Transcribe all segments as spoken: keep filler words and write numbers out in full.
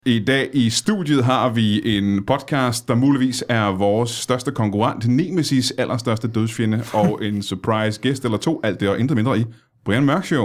I dag i studiet har vi en podcast, der muligvis er vores største konkurrent, Nemesis allerstørste dødsfjende, og en surprise gæst eller to, alt det og intet mindre i Brian Mørk Show.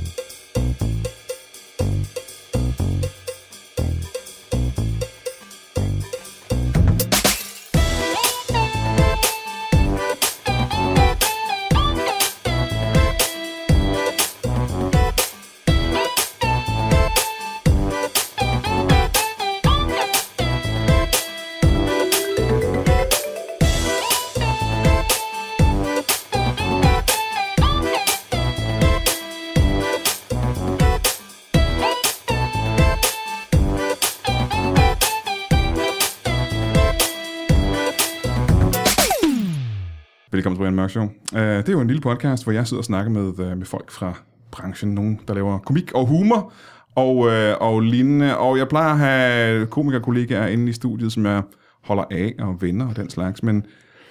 Velkommen til Brian Mørk Show. Uh, det er jo en lille podcast, hvor jeg sidder og snakker med, uh, med folk fra branchen. Nogen, der laver komik og humor og, uh, og lignende. Og jeg plejer at have komikerkollegaer inde i studiet, som jeg holder af og venner og den slags. Men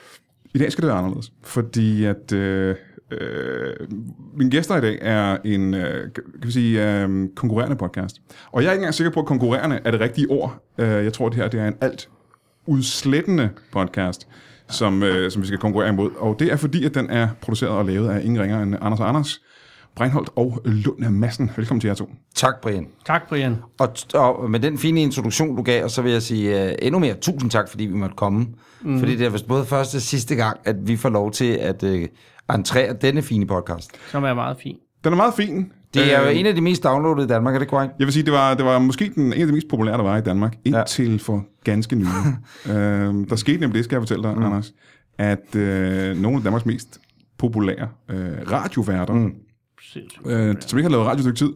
i dag skal det være anderledes. Fordi at uh, uh, mine gæster i dag er en uh, kan vi sige, uh, konkurrerende podcast. Og jeg er ikke engang sikker på, at konkurrerende er det rigtige ord. Uh, jeg tror, at det her det er en alt udslettende podcast. Som, øh, som vi skal konkurrere imod. Og det er fordi, at den er produceret og lavet af ingen ringer end Anders og Anders, Breinholt og Lund Madsen. Velkommen til jer to. Tak, Brian. Tak, Brian. Og, og med den fine introduktion, du gav, så vil jeg sige uh, endnu mere tusind tak, fordi vi måtte komme. Mm. Fordi det er vist både første og sidste gang, at vi får lov til at uh, entrere denne fine podcast. Som er meget fin. Den er meget fin. Det er jo en af de mest downloadede i Danmark, er det korrekt? Jeg vil sige, det var, det var måske den, en af de mest populære, der var i Danmark, indtil ja. for ganske nylig. øh, der skete nemlig det, skal jeg fortælle dig, mm. Anders, at øh, nogle af Danmarks mest populære øh, radioværter, mm. øh, som ikke har lavet radio et stykke tid.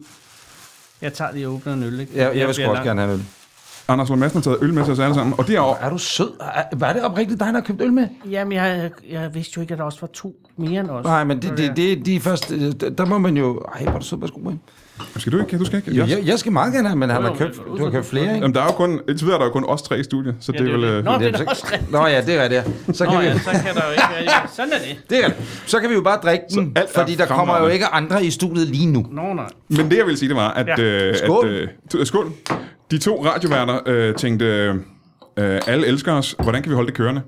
Jeg tager lige og åbner en øl, ikke? Ja, jeg, jeg vil sgu også gerne have en øl. Anders Lund Madsen har taget øl med til os alle sammen. Og det er, er du sød? Var det oprigtigt dig, der har købt øl med? Jamen, jeg, jeg vidste jo ikke, at der også var to mere end os. Nej, men det, det, det, de første, der må man jo... Ej, var du sød, værsgo med. Skal du ikke? Du skal ikke? Jo, jeg, jeg skal meget gerne have, men han har købt, du har købt flere, ikke? Jamen, der er jo kun, indtil videre er der jo kun os tre i studiet, så ja, det er vel... Nå, det er der også tre. Nå ja, det er det. Så kan Nå, vi... ja, så kan der jo ikke... Sådan er det. Det er det. Så kan vi jo bare drikke den, fordi der kommer jo ikke andre i studiet lige nu. Nå, nej. Men det, jeg ville sige, det var, at... Ja. Øh, skål. At, øh, skål. De to radioværter øh, tænkte, øh, alle elsker os, hvordan kan vi holde det kørende?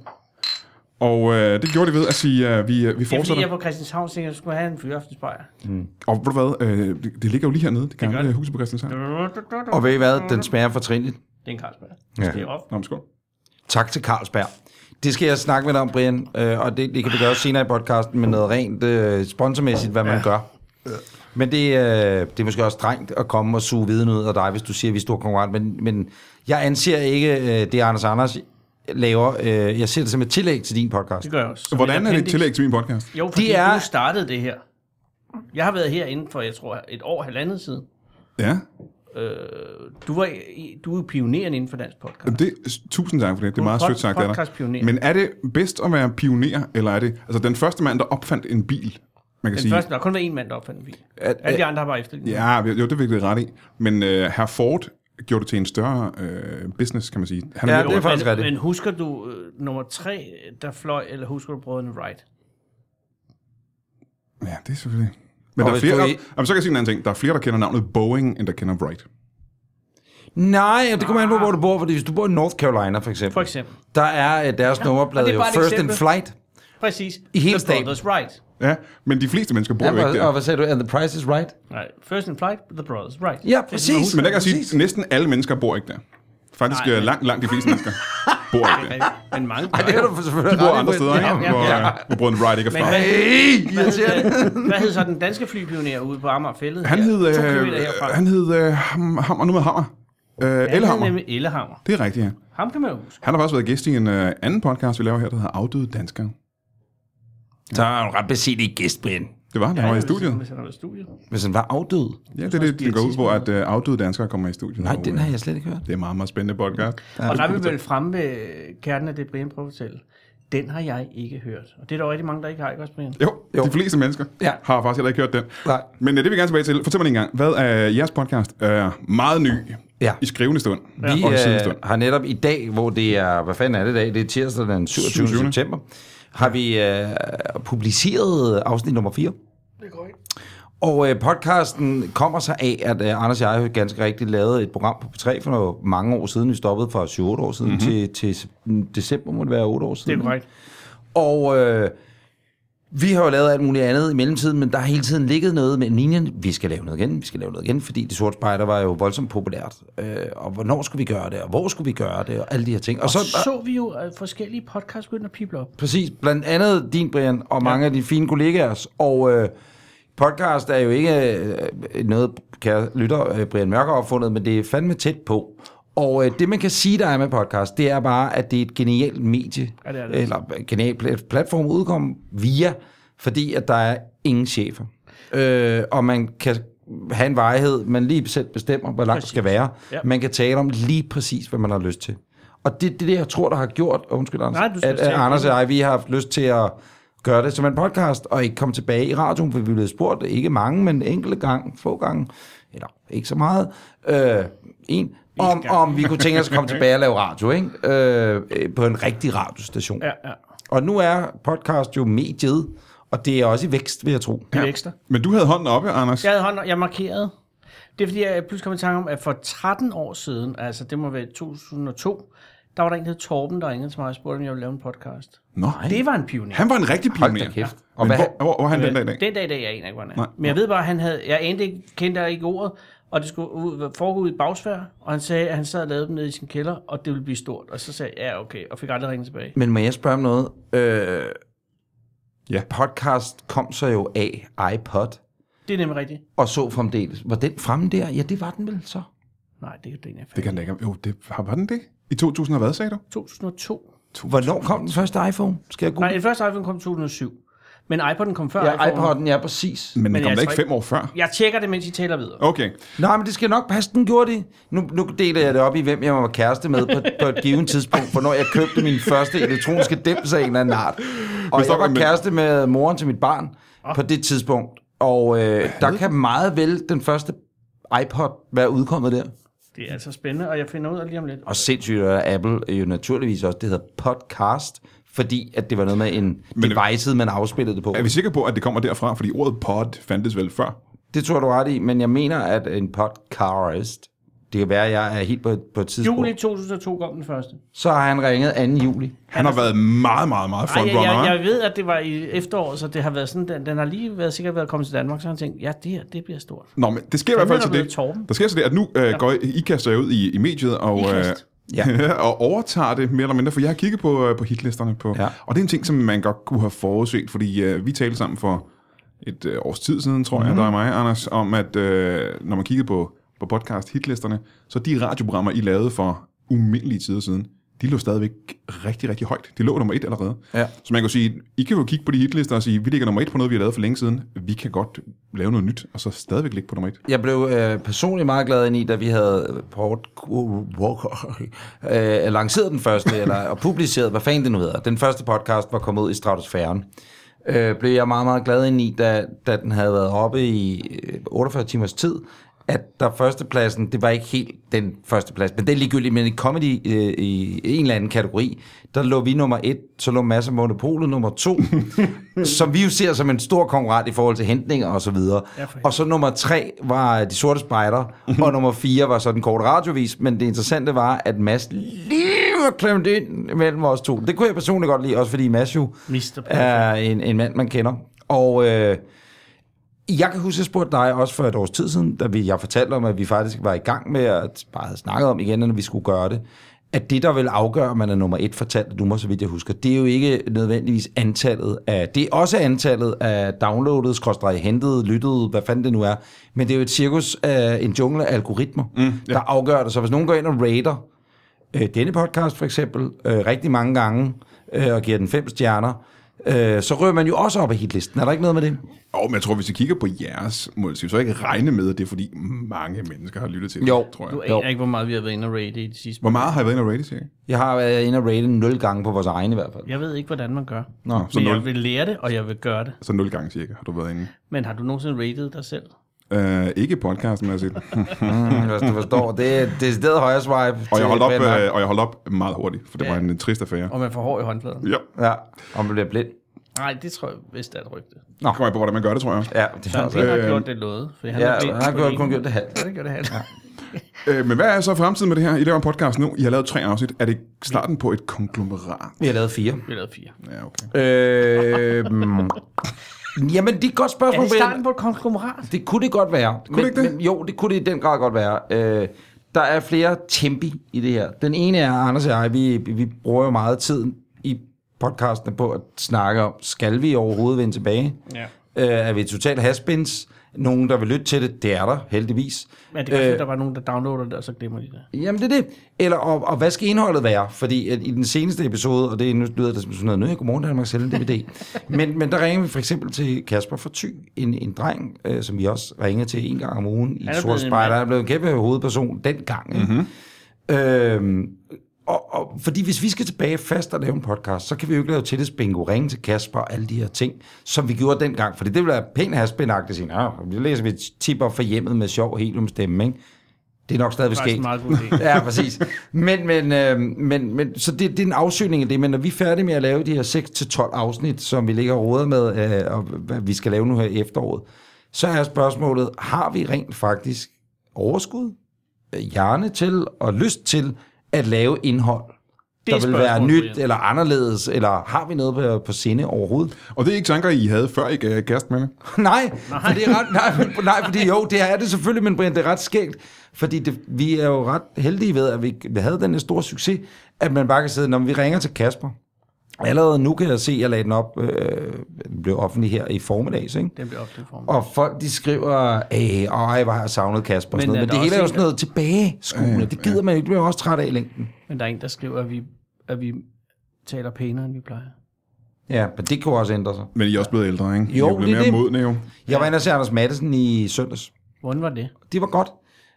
Og øh, det gjorde de ved at sige, at vi, vi fortsætter. Det er fordi, jeg på Christianshavn tænkte, at jeg skulle have en fyraftensbajer. Mm. Og ved du hvad, øh, det, det ligger jo lige hernede, det gamle det huset på Christianshavn. Og ved I hvad, den smager fortrinligt. Det er en Carlsberg. Ja. Det er op. Nå, skål. Tak til Carlsberg. Det skal jeg snakke med dig om, Brian, øh, og det, det kan vi gøre senere i podcasten med noget rent øh, sponsormæssigt, hvad man ja. gør. Men det, øh, det er måske også strengt at komme og suge viden ud af dig, hvis du siger, at vi er stor konkurrent. Men, men jeg anser ikke øh, det, Anders Anders laver. Øh, jeg ser det som et tillæg til din podcast. Det gør jeg også. Hvordan er det et tillæg til min podcast? Jo, fordi det er... du startede det her. Jeg har været her inden for, jeg tror, et år, halvandet siden. Ja. Øh, du, var, du er pioneren inden for dansk podcast. Det, tusind tak for det. Det er meget sødt sagt af dig. Men er det bedst at være pioner, eller er det... Altså, den første mand, der opfandt en bil... Man kan den sige, første, der har kun været en mand, der opfandt en bil. At, Alle de andre har bare efterlignet. Ja, jo, det fik det ret i. Men øh, herr Ford gjorde det til en større øh, business, kan man sige. Han ja, det er faktisk rigtigt. Men husker du øh, nummer tre, der fløj, eller husker du brødrene Wright? Ja, det er selvfølgelig... Men der er flere, der, I... jamen, så kan jeg sige en anden ting. Der er flere, der kender navnet Boeing, end der kender Wright. Nej, det kommer an på, hvor du bor. Fordi hvis du bor i North Carolina, for eksempel, for eksempel. der er deres ja, nummerplade jo First in Flight. Præcis. I hele staten. The Brothers Wright. Ja, men de fleste mennesker bor ja, jo ikke der. Og hvad sagde du? And the price is right? Nej, First in Flight, The Brothers Wright. Ja, præcis. Men der kan jeg sige, at næsten alle mennesker bor ikke der. Faktisk Nej, men... langt, langt de fleste mennesker bor ikke der. Men mange Ej, det er du selvfølgelig de bor andre steder, ja, ja, ja. Hvor, hvor brødrene Wright ikke er fra. Hey, hvad, hed, hvad hed så den danske flypioner ude på Amagerfællet? Han hed, øh, han hed øh, Hammer, nu med Hammer. Øh, ja, Ellehammer. Han hed Ellehammer. Det er rigtigt, ja. Ham kan man jo huske. Han har også været gæst i en øh, anden podcast, vi laver her, der hedder Afdøde Danskere. Så er han ret besidelig gæst, Brian. Det var han, ja, han var i studiet. Hvis han var i studiet. Hvis han var afdød? Ja, det er det, det går ud på, at uh, afdøde danskere kommer i studiet. Nej, den har jeg slet ikke hørt. Det er meget, meget spændende podcast. Ja, og der er vi vel fremme ved kernen af det, Brian prøver at fortælle. Den har jeg ikke hørt. Og det er der jo rigtig mange, der ikke har, ikke også, Brian? Jo, jo. De fleste mennesker ja. har faktisk heller ikke hørt den. Nej. Men det vil vi gerne tilbage til. Fortæl mig en gang, hvad er jeres podcast er meget ny ja. i skrivende stund? Ja. Vi øh, har netop i dag, hvor det er, hvad fanden er det i dag? Det er tirsdag den syvogtyvende september. Har vi øh, publiceret afsnit nummer fire. Det går ikke. Og øh, podcasten kommer så af, at øh, Anders og jeg ganske rigtigt lavede et program på P tre for noget, mange år siden. Vi stoppede for syv otte år siden mm-hmm. til, til december, må det være otte år siden. Det er korrekt. Og øh, vi har jo lavet alt muligt andet i mellemtiden, men der har hele tiden ligget noget med linjen. Vi skal lave noget igen, vi skal lave noget igen, fordi De Sorte Spejder var jo voldsomt populært. Øh, og hvornår skulle vi gøre det, og hvor skulle vi gøre det, og alle de her ting. Og, og så, så vi jo uh, forskellige podcasts begynde at pible op. Præcis, blandt andet din, Brian, og mange ja. af de fine kollegaer. Og øh, podcast er jo ikke øh, noget, kære lytter, øh, Brian Mørk har opfundet, men det er fandme tæt på. Og øh, det, man kan sige, der er med podcast, det er bare, at det er et genialt medie, ja, det er det. eller genial platform at udkomme via, fordi at der er ingen chefer. Øh, og man kan have en varighed, man lige selv bestemmer, hvor langt det skal være. Ja. Man kan tale om lige præcis, hvad man har lyst til. Og det er det, jeg tror, der har gjort, undskyld Anders, Nej, at, at Anders og jeg, vi har haft lyst til at gøre det som en podcast, og ikke komme tilbage i radioen, for vi blev spurgt, ikke mange, men enkelte gange, få gange, eller ikke så meget, øh, en, om, om vi kunne tænke os at komme tilbage og lave radio, ikke? Øh, på en rigtig radiostation. Ja, ja. Og nu er podcast jo mediet, og det er også i vækst, vil jeg tro. Det er vækster. Men du havde hånden oppe, Anders. Jeg havde hånden, jeg markerede. Det er fordi, jeg pludselig kom i tanke om, at for tretten år siden, altså det må være to tusind og to, der var der en, der hed Torben, der ringede til mig og spurgte, om jeg ville lave en podcast. Nå. Det var en pioner. Han var en rigtig pioner. Hold da kæft. Og Men hvad, hvor, hvor var han den dag i dag? Den dag i dag, jeg aner ikke, hvor han er. Men jeg ved bare, at han havde, jeg anede ikke, kendte jeg ikke ordet, og det skulle ud, foregå ud i Bagsvær, og han sagde, at han sad og lavede dem nede i sin kælder, og det ville blive stort. Og så sagde jeg, ja, okay, og fik aldrig ringet tilbage. Men må jeg spørge om noget? Øh, ja. Podcast kom så jo af iPod. Det er nemlig rigtigt. Og så fremdeles. Var den fremme der? Ja, det var den vel så. Nej, det er den, jeg fandt. Det kan den ikke. Jo, det, var den det? I to tusind og hvad, sagde du? to tusind og to. Hvornår kom den første iPhone? Skal jeg Nej, den første iPhone kom i to tusind og syv. Men iPod'en kom før ja, iPhone. iPod'en, ja, præcis. Men den Men kom da ikke ikke fem år før? Jeg tjekker det, mens I taler videre. Okay. Nej, men det skal nok passe, den gjorde det. Nu, nu deler jeg det op i, hvem jeg var kæreste med på, på et givet tidspunkt, for når jeg købte min første elektroniske dims af en eller anden art. Og jeg var kæreste med moren til mit barn oh. på det tidspunkt. Og øh, der kan meget vel den første iPod være udkommet der. Det er altså spændende, og jeg finder ud af lige om lidt. Og sindssygt er Apple jo naturligvis også, det hedder podcast, fordi at det var noget med en men, device, man afspillede det på. Er vi sikre på, at det kommer derfra? Fordi ordet pod fandtes vel før? Det tror du ret i, men jeg mener, at en podcast, det kan være, at jeg er helt på, på et tidspunkt. Juli to tusind og to kom den første. Så har han ringet anden juli. Han, han har været meget, meget, meget frontrunner. Jeg, jeg, jeg ved, at det var i efteråret, så det har været sådan, den, den har lige været sikkert været kommet til Danmark, så han tænkt, ja, det her, det bliver stort. Nå, men det sker i hvert fald så det. Der sker så det, at nu øh, ja. går I, I kaster ud i, i mediet og, øh, ja. og overtager det mere eller mindre, for jeg har kigget på, på hitlisterne, på, ja. og det er en ting, som man godt kunne have forudset, fordi øh, vi talte sammen for et øh, års tid siden, tror jeg, mm. der er mig, Anders, om at øh, når man kiggede på på podcast hitlisterne, så de radioprogrammer, I lavede for umindelige tider siden, de lå stadigvæk rigtig, rigtig højt. De lå nummer et allerede. Ja. Så man kan sige, I kan jo kigge på de hitlister og sige, vi ligger nummer et på noget, vi har lavet for længe siden. Vi kan godt lave noget nyt, og så stadigvæk ligge på nummer et. Jeg blev øh, personligt meget glad ind i, da vi havde port, øh, lanceret den første, eller og publiceret, hvad fanden det nu hedder. Den første podcast var kommet ud i stratosfæren. Øh, blev jeg meget, meget glad ind i, da, da den havde været oppe i otteogfyrre timers tid, at der førstepladsen, det var ikke helt den første plads, men det er ligegyldigt, men i comedy øh, i en eller anden kategori, der lå vi nummer et, så lå Mads og Monopolet nummer to, som vi jo ser som en stor konkurrent i forhold til hentninger og så videre. Ja, og så nummer tre var De Sorte Spejder, og nummer fire var så den korte radiovis, men det interessante var, at Mads lige var klemt ind mellem os to. Det kunne jeg personligt godt lide, også fordi Mads jo er en, en mand, man kender. Og øh, jeg kan huske, at jeg spurgte dig også for et års tid siden, da vi, jeg fortalte om, at vi faktisk var i gang med at bare have snakket om igen, når vi skulle gøre det, at det, der vil afgøre, at man er nummer et fortalt, du må så vidt jeg husker, det er jo ikke nødvendigvis antallet af, det er også antallet af downloadet, skråstreg hentet, lyttet, hvad fanden det nu er, men det er jo et cirkus af en jungle af algoritmer, mm, ja. der afgør det. Så hvis nogen går ind og rater øh, denne podcast for eksempel, øh, rigtig mange gange, øh, og giver den fem stjerner, øh, så rører man jo også op af hitlisten. Er der ikke noget med det? Jo, men jeg tror, hvis I kigger på jeres, må jeg så ikke regne med, at det er fordi mange mennesker har lyttet til det, jo. tror jeg. Du aner jo. ikke, hvor meget vi har været inde og rate i de sidste. Hvor meget har I været inde og rate, siger jeg? Jeg har været inde og rate nul gange på vores egen i hvert fald. Jeg ved ikke, hvordan man gør. Nå, så men nul. Jeg vil lære det, og jeg vil gøre det. Så nul gange cirka har du været inde. Men har du nogensinde rated dig selv? Uh, ikke podcasten, jeg mm, hvis du forstår. Det er det stedet højre swipe. Og jeg holdt op, øh, og jeg holdt op meget hurtigt, for det ja. var en trist affære. Og man får hår i håndfladen. Ja. Ja, og man bliver blind. Nej, det tror jeg, hvis det er et rygte. Nå. Kommer jeg på, hvordan man gør det, tror jeg også. Ja, det Så er han har Øh, gjort det noget. For han Ja, er han har gjort, kun gjort det halvt. Ja, det gjorde det halvt. Ja. Øh, men hvad er så fremtiden med det her? I laver en podcast nu. I har lavet tre afsnit. Er det starten på et konglomerat? Vi har lavet fire. Vi har lavet fire. Ja, okay. Øh, mm, jamen, det er et godt spørgsmål. Er det starten på et konglomerat? Det kunne det godt være. Kunne men, det ikke det? Men, jo, det kunne det i den grad godt være. Øh, der er flere tempi i det her. Den ene er, Anders og jeg, vi, vi bruger jo meget tid i podcastene på at snakke om, skal vi overhovedet vende tilbage? Ja. Øh, er vi totalt haspins? Nogen, der vil lytte til det, det er der, heldigvis. Men det kan være, øh, der var nogen, der downloader det, og så glemmer de det. Jamen, det er det. Eller, og, og hvad skal indholdet være? Fordi at i den seneste episode, og det er, nu lyder det som sådan noget, nu er jeg godmorgen, Danmark selv en D V D. men, men der ringer vi for eksempel til Kasper fra Thy, en, en dreng, øh, som vi også ringede til en gang om ugen i Sort Spejder. Han er blevet en kæmpe hovedperson dengang. Mm-hmm. Øhm, og, og fordi hvis vi skal tilbage fast og lave en podcast, så kan vi jo ikke lave tillidsbingo, ringe til Kasper og alle de her ting, som vi gjorde dengang. Fordi det ville være pænt haspinagtigt at sige, ja, vi læser vi et tip op for hjemmet med sjov heliumstemme, ikke? Det er nok stadig Det er sket. en meget god idé. Ja, præcis. Men, men, øh, men, men så det, det er en afsøgning af det, men når vi er færdige med at lave de her seks til tolv afsnit, som vi ligger og råder med, øh, og hvad vi skal lave nu her i efteråret, så er spørgsmålet, har vi rent faktisk overskud, hjerne til og lyst til at lave indhold, der vil være nyt Brian. Eller anderledes, eller har vi noget på, på sinde overhovedet? Og det er ikke tanker, I havde, før I gav kæreste med det? nej, for det er ret, nej, nej, fordi jo, det er det selvfølgelig, men Brian, det er ret skægt, fordi det, vi er jo ret heldige ved, at vi, vi havde den store succes, at man bare kan sidde, når vi ringer til Kasper. Allerede nu kan jeg se, at jeg lagde den op, øh, den blev offentlig her i formiddags, ikke? Den blev offentlig i formiddag. Og folk, de skriver, ej, hvor har jeg savnet Kasper, men, sådan noget. Men det hele er jo sådan noget tilbage skuende. Det gider man ikke, det bliver også træt af i længden. Men der er en, der skriver, at vi, at vi taler pænere, end vi plejer. Ja, men det kan også ændre sig. Men I er også blevet ældre, ikke? Jo, I er blevet mere det. modne, jo. Jeg var inde og se Anders Mattesen i søndags. Hvordan var det? Det var godt.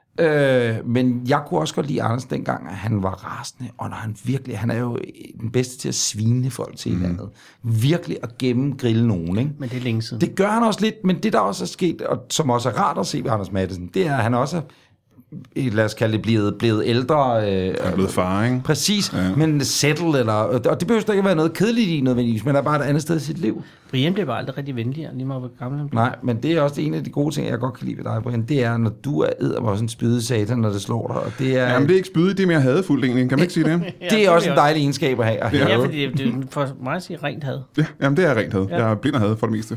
Øh, men jeg kunne også godt lide Anders dengang, at han var rasende, og når han virkelig, han er jo den bedste til at svine folk til mm. andet. Virkelig at gennemgrille nogen, ikke? Men det er længe siden. Det gør han også lidt, men det der også er sket, og som også er rart at se ved Anders Mattesen, det er, at han også er, lad os kalde det, blevet, blevet ældre. Øh, er blevet far, ikke? Præcis, ja. Men settled, eller, og det behøver ikke være noget kedeligt i nødvendigvis, men der er bare et andet sted i sit liv. Brian blev bare aldrig rigtig venligere, lige meget hvor gammel han blev. Nej, men det er også en af de gode ting, jeg godt kan lide ved dig, Brian. Det er, når du er eddermos en spyde satan, når det slår dig. Og det er, Jamen, det er ikke spydigt, det er mere hadefuldt egentlig. Kan man ikke sige det? ja, det er også en dejlig egenskab at have. At ja, have. fordi det, det er for mig at sige rent had. Ja, jamen, det er rent had. Ja. Jeg er blind og had for det meste.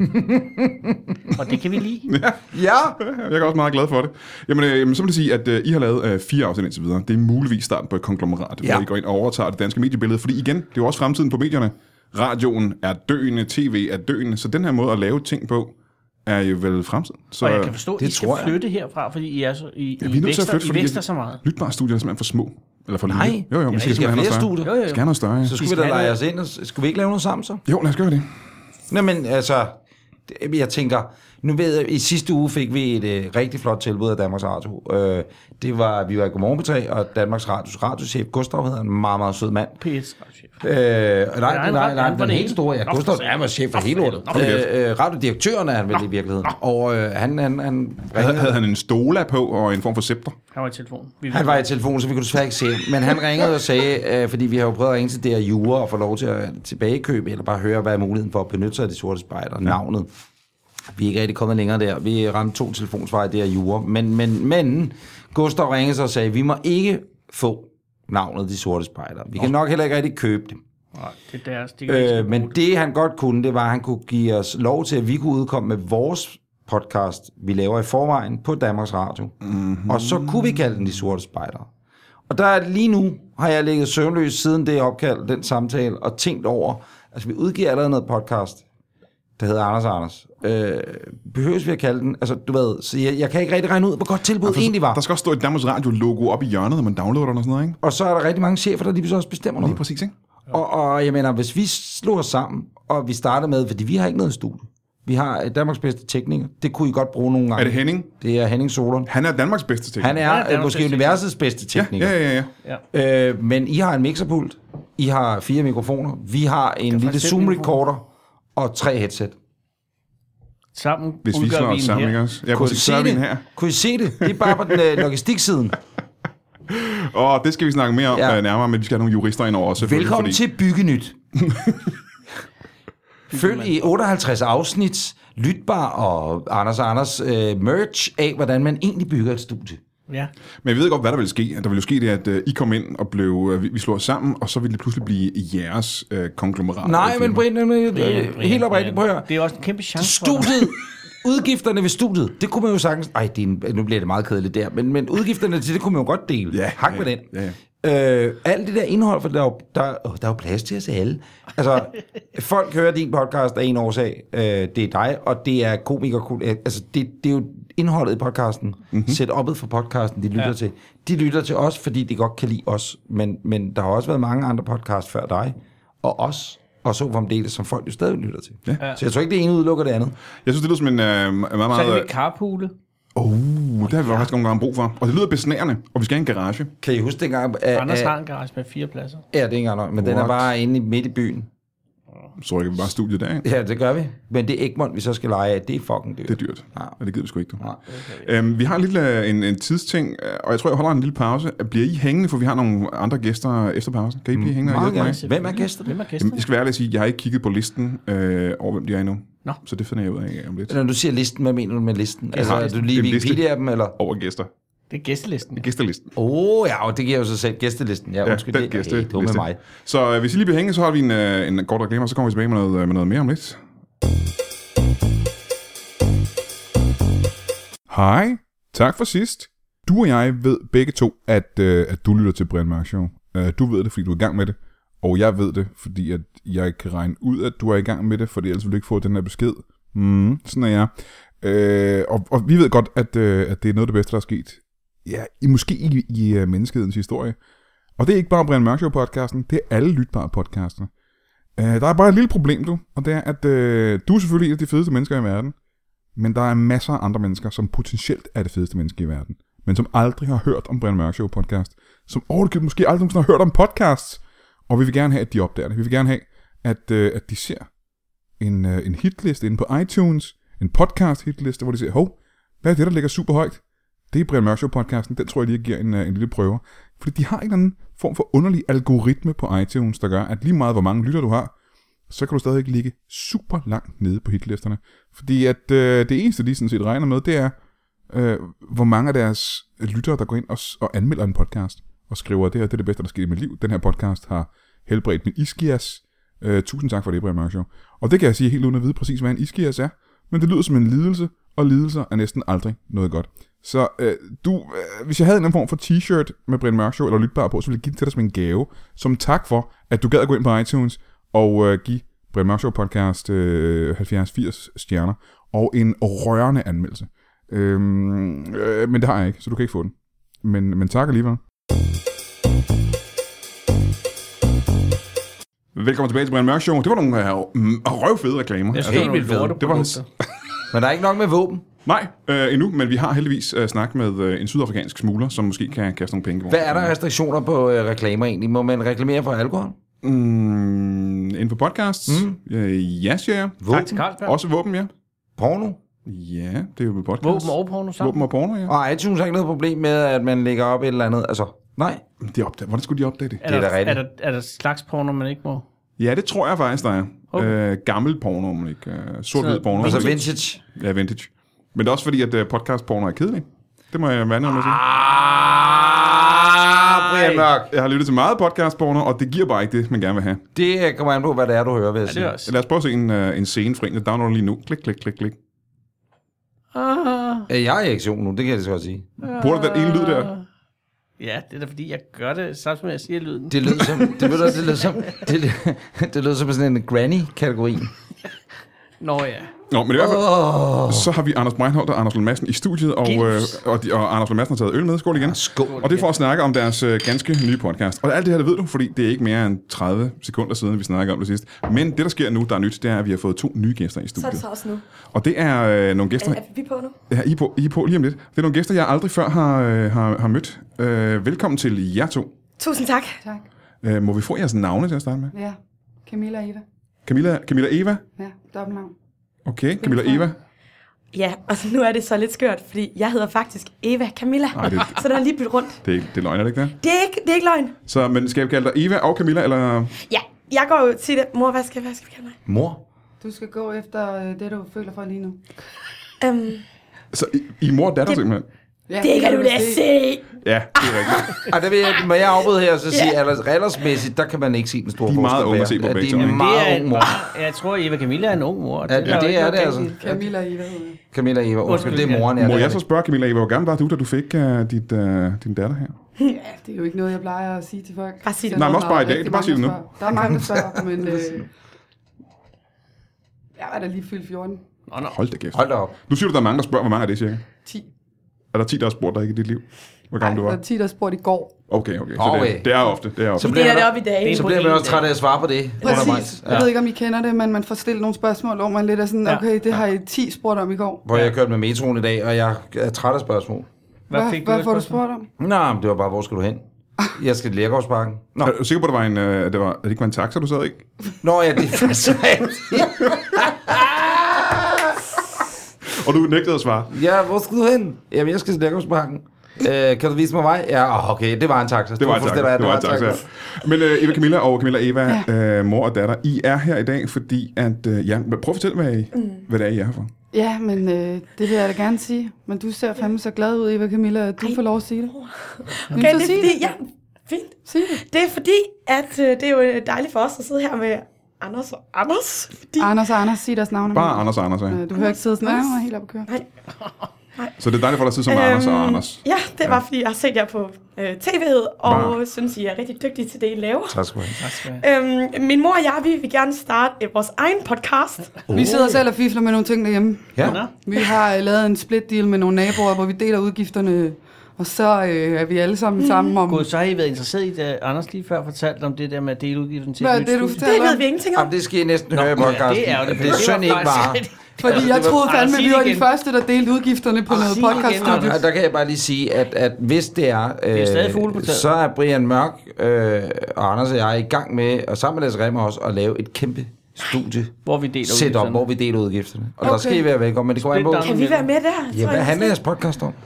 Og det kan vi lide. ja. Ja! Jeg er også meget glad for det. Jamen, øh, så vil det sige, at øh, I har lavet øh, fire afsnit indtil videre. Det er muligvis starten på et konglomerat, ja. Hvor I går ind og overtager det danske mediebillede. Fordi igen, det er jo også fremtiden på medierne. Radioen er døende, tv er døende, så den her måde at lave ting på, er jo vel fremtiden. Så, og jeg kan forstå, at det I skal flytte herfra, fordi I, er så, I, ja, I, vi er nødt vækster, til at flytte, I vækster så meget. Lytbarstudier er simpelthen for små. Eller for Nej, lille. Jo, jo, ja, vi skal, I skal have flere studier. Jo, jo, jo. Skal have noget større. Så skulle vi da lege os ind, og skulle vi ikke lave noget sammen så? Jo, lad os gøre det. Nå, men altså, jeg tænker, nu ved jeg, i sidste uge fik vi et øh, rigtig flot tilbud af Danmarks Radio. Øh, det var, vi var i Godmorgen P tre, og Danmarks Radios radiochef, Gustav hedder en meget, meget sød mand. P et-radiochef. Øh, nej, nej, nej, nej, den helt store. Ja, Gustav er var chef for hele ordet. Øh, øh, radiodirektøren er han vel i virkeligheden. Og øh, han, han, han havde, havde han en stola på og en form for scepter? Han var i telefon. Vi han var i telefon, så vi kunne desværre ikke se. Men han ringede og sagde, øh, fordi vi har jo prøvet at ringe til det her jure og få lov til at tilbagekøbe, eller bare høre, hvad er muligheden for at benytte sig af de sorte spejder, ja. Navnet. Vi er ikke rigtig kommet længere der. Vi ramte to telefonsveje, det er jure. Men, men, men Gustav ringede og sagde, vi må ikke få navnet de sorte spejder. Vi kan nok heller ikke rigtig købe dem. Nej, det er deres. Det øh, men det han godt kunne, det var, at han kunne give os lov til, at vi kunne udkomme med vores podcast, vi laver i forvejen på Danmarks Radio. Mm-hmm. Og så kunne vi kalde den de sorte spejder. Og der er lige nu, har jeg ligget søvnløs siden det opkald, den samtale, og tænkt over, altså vi udgiver allerede noget podcast, der hedder Anders Anders. Øh, behøves vi at kalde den? Altså, du ved, så jeg, jeg kan ikke rigtig regne ud, hvor godt tilbud ja, egentlig var. Der skal også stå et Danmarks Radio-logo op i hjørnet, når man downloader den og sådan noget, ikke? Og så er der rigtig mange chefer, der lige også bestemmer noget. Lige præcis, ikke? Og, og jeg mener, hvis vi slår os sammen, og vi starter med, fordi vi har ikke noget studie. Vi har Danmarks bedste tekniker. Det kunne I godt bruge nogle gange. Er det Henning? Det er Henning Solon. Han er Danmarks bedste tekniker. Han er, er måske bedste universets bedste tekniker. Ja, ja, ja. ja. Øh, men I har en mixerpult. I har fire mikrofoner. Vi har en lille Zoom-recorder og tre headset. Sammen hvis vi slår os sammen, ikke også? Ja, kunne, I se det? Her. Kunne I se det? Det er bare på den uh, logistiksiden. Åh, det skal vi snakke mere om ja. nærmere, men vi skal have nogle jurister ind over. Velkommen fordi... til Byggenyt. Følg i otteoghalvtreds afsnit lytbar og Anders og Anders øh, merch af, hvordan man egentlig bygger et studie. Ja. Men jeg ved godt, hvad der ville ske. Der ville jo ske det, at uh, I kom ind og blev, uh, vi, vi slog os sammen, og så ville det pludselig blive jeres uh, konglomerat. Nej, men Brian, øh, helt oprigtigt, prøv at høre. Det er også en kæmpe chance Studiet, udgifterne ved studiet, det kunne man jo sagtens... Ej, det er en, nu bliver det meget kedeligt der, men, men udgifterne til det kunne man jo godt dele. Ja, Hak ja, med den. ja, ja. Øh, alt det der indhold, for der er jo, der, oh, der er jo plads til os alle. Altså, folk hører din podcast af en årsag. Øh, det er dig, og det er komiker. Altså, det, det er jo indholdet i podcasten. Mm-hmm. Setup'et for podcasten, de lytter ja. til. De lytter til os, fordi de godt kan lide os. Men, men der har også været mange andre podcasts før dig, og os, og så fremdeles, som folk jo stadig lytter til. Ja. Så jeg tror ikke, det ene udelukker det andet. Jeg synes, det lyder som en uh, meget, meget... Så er det med carpoole. Åh, oh, det har vi faktisk nogle gange brug for. Og det lyder besnærende, og vi skal have en garage. Kan I huske dengang... At, Anders har en garage med fire pladser. Ja, det er ikke engang, men What? Den er bare inde midt i byen. Så rykker vi bare studiet der, ikke? Ja, det gør vi. Men det Egmont, vi så skal lege af, det er fucking dyrt. Det er dyrt. Ja. Og det gider vi sgu ikke, du. Ja, okay. øhm, vi har en lille en, en tidsting, og jeg tror, jeg holder en lille pause. Bliver I hængende, for vi har nogle andre gæster efter pausen? Kan I blive hængende? Meget gerne. Hvem er gæsterne? Hvem er gæsterne? Jeg skal være ærlig at sige, jeg har ikke kigget på listen øh, over, hvem de er endnu. Nå. Så det finder jeg ud af om lidt. Når du siger listen, hvad mener du med listen? Jeg altså, er du lige Wikipedia dem, eller? Over gæster. Det er gæstelisten. Gæstelisten. Åh, oh, ja, og det giver jo sig selv gæstelisten. Ja, undskyld, ja, det gæste, er med mig. Så øh, hvis I lige bliver hængende, så har vi en, øh, en kort reklame, og så kommer vi tilbage med noget, med noget mere om lidt. Hej, tak for sidst. Du og jeg ved begge to, at, øh, at du lytter til Brian Mørk Show. Uh, du ved det, fordi du er i gang med det. Og jeg ved det, fordi at jeg kan regne ud, at du er i gang med det, fordi ellers vil du ikke få den her besked. Mm, sådan er jeg. Uh, og, og vi ved godt, at, uh, at det er noget af det bedste, der er sket. Ja, i, måske i, i uh, menneskehedens historie. Og det er ikke bare Brian Mørk Show-podcasten, det er alle lytbare podcaster. Uh, der er bare et lille problem, du. Og det er, at uh, du er selvfølgelig en af de fedeste mennesker i verden. Men der er masser af andre mennesker, som potentielt er det fedeste menneske i verden. Men som aldrig har hørt om Brian Mørk Show podcast. Som overhovedet måske aldrig har hørt om podcasts. Og vi vil gerne have, at de opdager det. Vi vil gerne have, at, uh, at de ser en, uh, en hitliste inde på iTunes. En podcast hitliste, hvor de siger, hov, hvad er det, der ligger super højt? Det er Brian Mørk Show podcasten. Den tror jeg lige, jeg giver en, uh, en lille prøve. Fordi de har en eller anden form for underlig algoritme på iTunes, der gør, at lige meget hvor mange lytter du har, så kan du stadig ligge super langt nede på hitlisterne. Fordi at øh, det eneste, de sådan set regner med, det er, øh, hvor mange af deres lyttere, der går ind og, og anmelder en podcast, og skriver, det her det er det bedste, der sker i mit liv. Den her podcast har helbredt min ischias. Øh, tusind tak for det, Brian Mørk Show. Og det kan jeg sige helt uden at vide præcis, hvad en ischias er. Men det lyder som en lidelse, og lidelser er næsten aldrig noget godt. Så øh, du, øh, hvis jeg havde en form for t-shirt med Brian Mørk Show, eller lytbar på, så ville jeg give det til dig som en gave, som tak for, at du gad at gå ind på iTunes, og øh, give Brian Mørk Show podcast øh, halvfjerds firs stjerner, og en rørende anmeldelse. Øhm, øh, men det har jeg ikke, så du kan ikke få den. Men, men tak alligevel. Velkommen tilbage til Brian Mørk Show. Det var nogle øh, røvfede reklamer. Jeg synes, helt vildt fede. Det var Men der er ikke nok med våben. Nej, øh, endnu, men vi har heldigvis øh, snakket med øh, en sydafrikansk smugler, som måske kan kaste nogle penge. Hvad er der restriktioner på øh, reklamer egentlig? Må man reklamere for alkohol? Mm, inden for podcasts? Mm. Øh, ja, siger jeg. Våben. Også våben, ja. Porno? Ja, det er jo med podcast. Våben og porno sammen? Våben og porno, ja. Og iTunes har ikke noget problem med, at man lægger op et eller andet. Altså, nej. De opdager. Hvordan skulle de opdage det? Er det er der, da rigtigt. Er der, er der slags porno, man ikke må? Ja, det tror jeg faktisk, der er. Okay. Øh, gammel porno, men ikke øh, sort-hvid porno. Altså vintage? Ja, vintage. Men det er også fordi, at uh, podcast-porno er kedelig. Det må jeg vande om at sige. Ah, Brian Mørk. Jeg har lyttet til meget podcast-porno, og det giver bare ikke det, man gerne vil have. Det kommer an på, hvad det er, du hører, vil jeg Ja, sige. det også. Lad os prøve at se en, uh, en scene fra en, der downloader lige nu. Klik, klik, klik, klik. Ah, Jeg er i aktion nu, det kan jeg så godt sige. Bruger du den ene lyd der? ja, det er da fordi, jeg gør det samtidig med, at jeg siger lyden. Det lyder som, det lyder, det lyder som, det, det lyder som sådan en granny-kategori. Nå ja. Nå, men i hvert fald, Oh. så har vi Anders Breinholt og Anders Lund Madsen i studiet, og, øh, og, de, og Anders Lund Madsen har taget øl med. Skål igen. Skål. Og det er for at snakke om deres øh, ganske nye podcast. Og alt det her, det ved du, fordi det er ikke mere end tredive sekunder siden, vi snakker om det sidst. Men det, der sker nu, der er nyt, det er, at vi har fået to nye gæster i Så er studiet. det så også nu. Og det er øh, nogle gæster... Er, er vi på nu? Ja, I er på, I er på lige om lidt. Det er nogle gæster, jeg aldrig før har, øh, har, har mødt. Øh, velkommen til jer to. Tusind tak. Tak. Øh, må vi få jeres navne til at starte med? Ja, Camilla og Eva. Camilla, Camilla Eva? Ja, dobbeltnavn. Okay, Camilla Eva. Ja, og så nu er det så lidt skørt, fordi jeg hedder faktisk Eva Camilla. Ej, det- Så der er lige byttet rundt. Det er, det er løgn, er det ikke det? Det er ikke, det er ikke løgn. Så, men skal vi kalde dig Eva og Camilla, eller... Ja, jeg går jo til det. Mor, hvad skal, hvad skal vi kalde mig? Mor? Du skal gå efter øh, det, du føler for lige nu. Um, Så I, I mor og datter Det- simpelthen? Ja, det kan du da se. Ja, det er rigtigt. Ej, der vil jeg, må jeg afbryde her og så sige, at aldersmæssigt, der kan man ikke se den store De er meget forskel unge være. at se på Ja, begge de to, er ikke? meget Det er ung en, mor. jeg tror, Eva Camilla er en ung mor. Ja, der er jo det ikke er noget det, galt altså. i. Camilla og Eva hedder det. Camilla Eva, undskyld, det er Undskyld, moren, ja. ja. Må det er jeg så spørge, Camilla Eva, hvor gammel var du, da du fik uh, dit, uh, din datter her? Ja, det er jo ikke noget, jeg plejer at sige til folk. Bare sig det. Så Nej, men der også bare i er dag. rigtig Du bare siger det mange, nu. der spørger. Der er mange, der spørger, men øh, jeg var da lige fyldt fjorten. Nå, nå. Hold da kæft. Hold da op. Nu siger du, der er mange, der spørger, hvor mange er det cirka? ti. Er der ti, der har spurgt dig ikke i dit liv? Hvor gammel Nej, du der var? er ti, der spurgte i går. Okay, okay. Så Okay. det, det er ofte. Det er ofte. Så Vi bliver deler det der- op i dag. Det er Så på bliver en man også dag. træt af at svare på det. undervejs. Præcis. Jeg ved ikke, om I kender det, men man får stillet nogle spørgsmål, hvor man lidt er sådan, Ja. okay, det har I ti spurgt om i går. Hvor jeg kørte med metroen i dag, og jeg er træt af spørgsmål. Hvad Hvad, fik hvad af får du spørgsmål? spurgt om? Nå, men det var bare, hvor skal du hen? Jeg skal til Lergårdsparken. Nå. Er du sikker på, at det var en, øh, det var, at det ikke var en taxa, du sad ikke? Nå ja, det er faktisk rigtigt. Og du nægtede at svare. Ja, hvor skal du hen? Jamen, jeg skal til Lergårdsparken. Øh, kan du vise mig vej? Ja, okay, det var en taxa. Det var en taxa. fuldstændig- Det var en taxa. Men øh, Eva Camilla og Camilla Eva, ja. øh, mor og datter, I er her i dag, fordi at... Øh, ja, prøv at fortælle, hvad, I, mm. hvad det er, I er her for. Ja, men øh, det vil jeg da gerne sige. Men du ser fandme så glad ud, Eva Camilla, at du Ej. får lov at sige det. Okay, det er sig fordi, det. ja, fint. Sig det. Det er fordi, at øh, det er jo dejligt for os at sidde her med Anders og Anders. Fordi, Anders og Anders, sig deres navne. Bare Anders og Anders, ja. Øh, Du behøver ikke sidde sådan, Anders. nej, helt op at køre. nej. Så det er dejligt for dig at sidde som øhm, Anders og Anders. Ja, det var Ja. fordi, jeg har set jer på øh, tv'et, og Bare. synes, I er rigtig dygtige til det, I laver. Tak skal du have. Tak skal du have. Øhm, min mor og jeg, vi vil gerne starte øh, vores egen podcast. Vi sidder selv og fifler med nogle ting derhjemme. Ja. Nå. Vi har øh, lavet en split deal med nogle naboer, hvor vi deler udgifterne, og så øh, er vi alle sammen sammen om... Gud, så har I været interesseret i det, Anders lige før fortalte om det der med at dele udgiften til Hvad er et nyt det, du studie? fortæller? Det ved vi ingenting om. Jamen, det skal I næsten høre i Nå, ja, podcasten. det er jo det, det er synd ikke bare. Fordi Altså, jeg det var- troede fandme, sig vi var det de igen. første, der delte udgifterne på noget sig det igen, podcaststudie. Anders. Og der kan jeg bare lige sige, at, at hvis det er, øh, er stadig fugle på taget. så er Brian Mørk øh, og Anders og jeg i gang med, og sammen med Lasse Remmer også, at lave et kæmpe studie Hvor vi deler setup, udgifterne. hvor vi deler udgifterne. Og Okay. der skal I være velkommen, men det kommer an på. Split down. Kan vi være med der? Ja, Tror hvad jeg, handler jeres podcast om?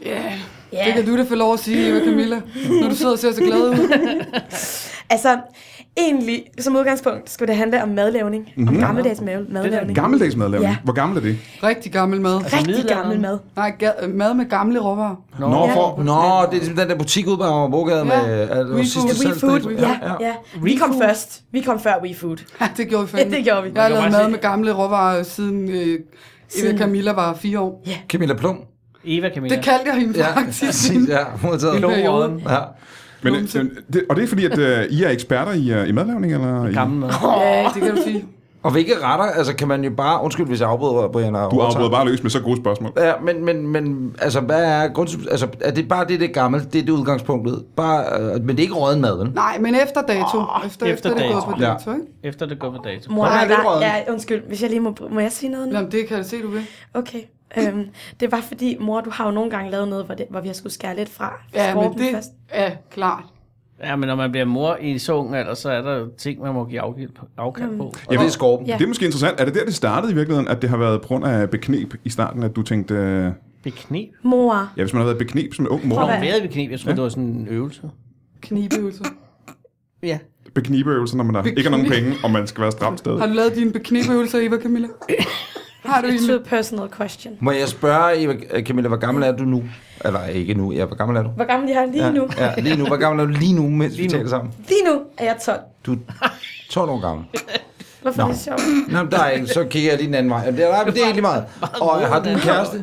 Ja, det kan du da få lov at sige, Eva Camilla, når du sidder og ser så glad ud. Altså, egentlig, som udgangspunkt, skulle det handle om madlavning. Mhm. Mm-hmm. Om gammeldags mad- madlavning. Gammeldags madlavning. Ja. Hvor gammel er det? Rigtig gammel mad. Rigtig middelalderen. gammel mad. Nej, ga- mad med gamle råvarer. Nå, Nå, Ja. for... Nå, det er ligesom den der butik ude på Amagerbrogade med... Ja. er det We sidste Food. We salgsdag? Food, ja, ja. Vi kom WeFood. først. Vi kom før We Food. Ja, det gjorde vi fandme. Ja, det gjorde vi. Jeg har Man kan lavet bare mad se- med gamle råvarer siden øh, Eva Siden- Camilla var fire år. Camilla Plum. Eva Camilla. Det kaldte jeg hende Ja, faktisk. præcis, ja. Modtaget. En periode. Ja. Men, øh, det, og det er fordi, at øh, I er eksperter i, øh, i madlavning, eller? I, Gammel mad. Ja, det kan du sige. Og hvilke retter, altså kan man jo bare... Undskyld, hvis jeg afbryder, Brian. og Du overtager. afbryder bare løs med så gode spørgsmål. Ja, men, men, men altså, hvad er grund, altså, er det bare det, det er gammelt? Det er det udgangspunktet? Bare, øh, men det er ikke råden mad, vel? Nej, men efter dato. Åh, efter, efter efter det er gået dato. på Ja. dato, ikke? Efter det går på dato. Mor, Hvad er er det, der, Røden? ja, undskyld, hvis jeg lige må... Må jeg sige noget nu? Jamen, det kan jeg se, du vil. Okay. Øhm, det var fordi, mor, du har jo nogle gange lavet noget, hvor, det, hvor vi har skulle skære lidt fra. Ja, men skorpen det først. er klart. Ja, men når man bliver mor i så ung alder, så er der jo ting, man må give afkald på. Afkald på. Og det er skorpen. Ja. Det er måske interessant. Er det der, det startede i virkeligheden, at det har været på grund af beknep i starten, at du tænkte... Øh, Beknep. Mor. ja, hvis man har været beknep som en ung mor. Har Prøv du at- været ved knep? Jeg tror, det var sådan en øvelse. Knibeøvelser. Ja. Beknibeøvelser, når man der ikke er nogen penge, og man skal være stramt stadig. Har du lavet dine beknibeøvelser, Eva Camilla? Har du It's en? a personal question. Må jeg spørge, Eva, Camilla, hvor gammel er du nu? Eller ikke nu, ja, hvor gammel er du? Hvor gammel jeg er lige ja, nu? Ja, lige nu. Hvor gammel er du lige nu, mens vi Lige nu. taler sammen? Lige nu er jeg tolv. Du er tolv år gammel. Hvorfor Nå. er det sjovt? Nå, men der er ikke, så kigger jeg lige den anden vej. Det er, nej, men det er egentlig meget. Og har du en kæreste?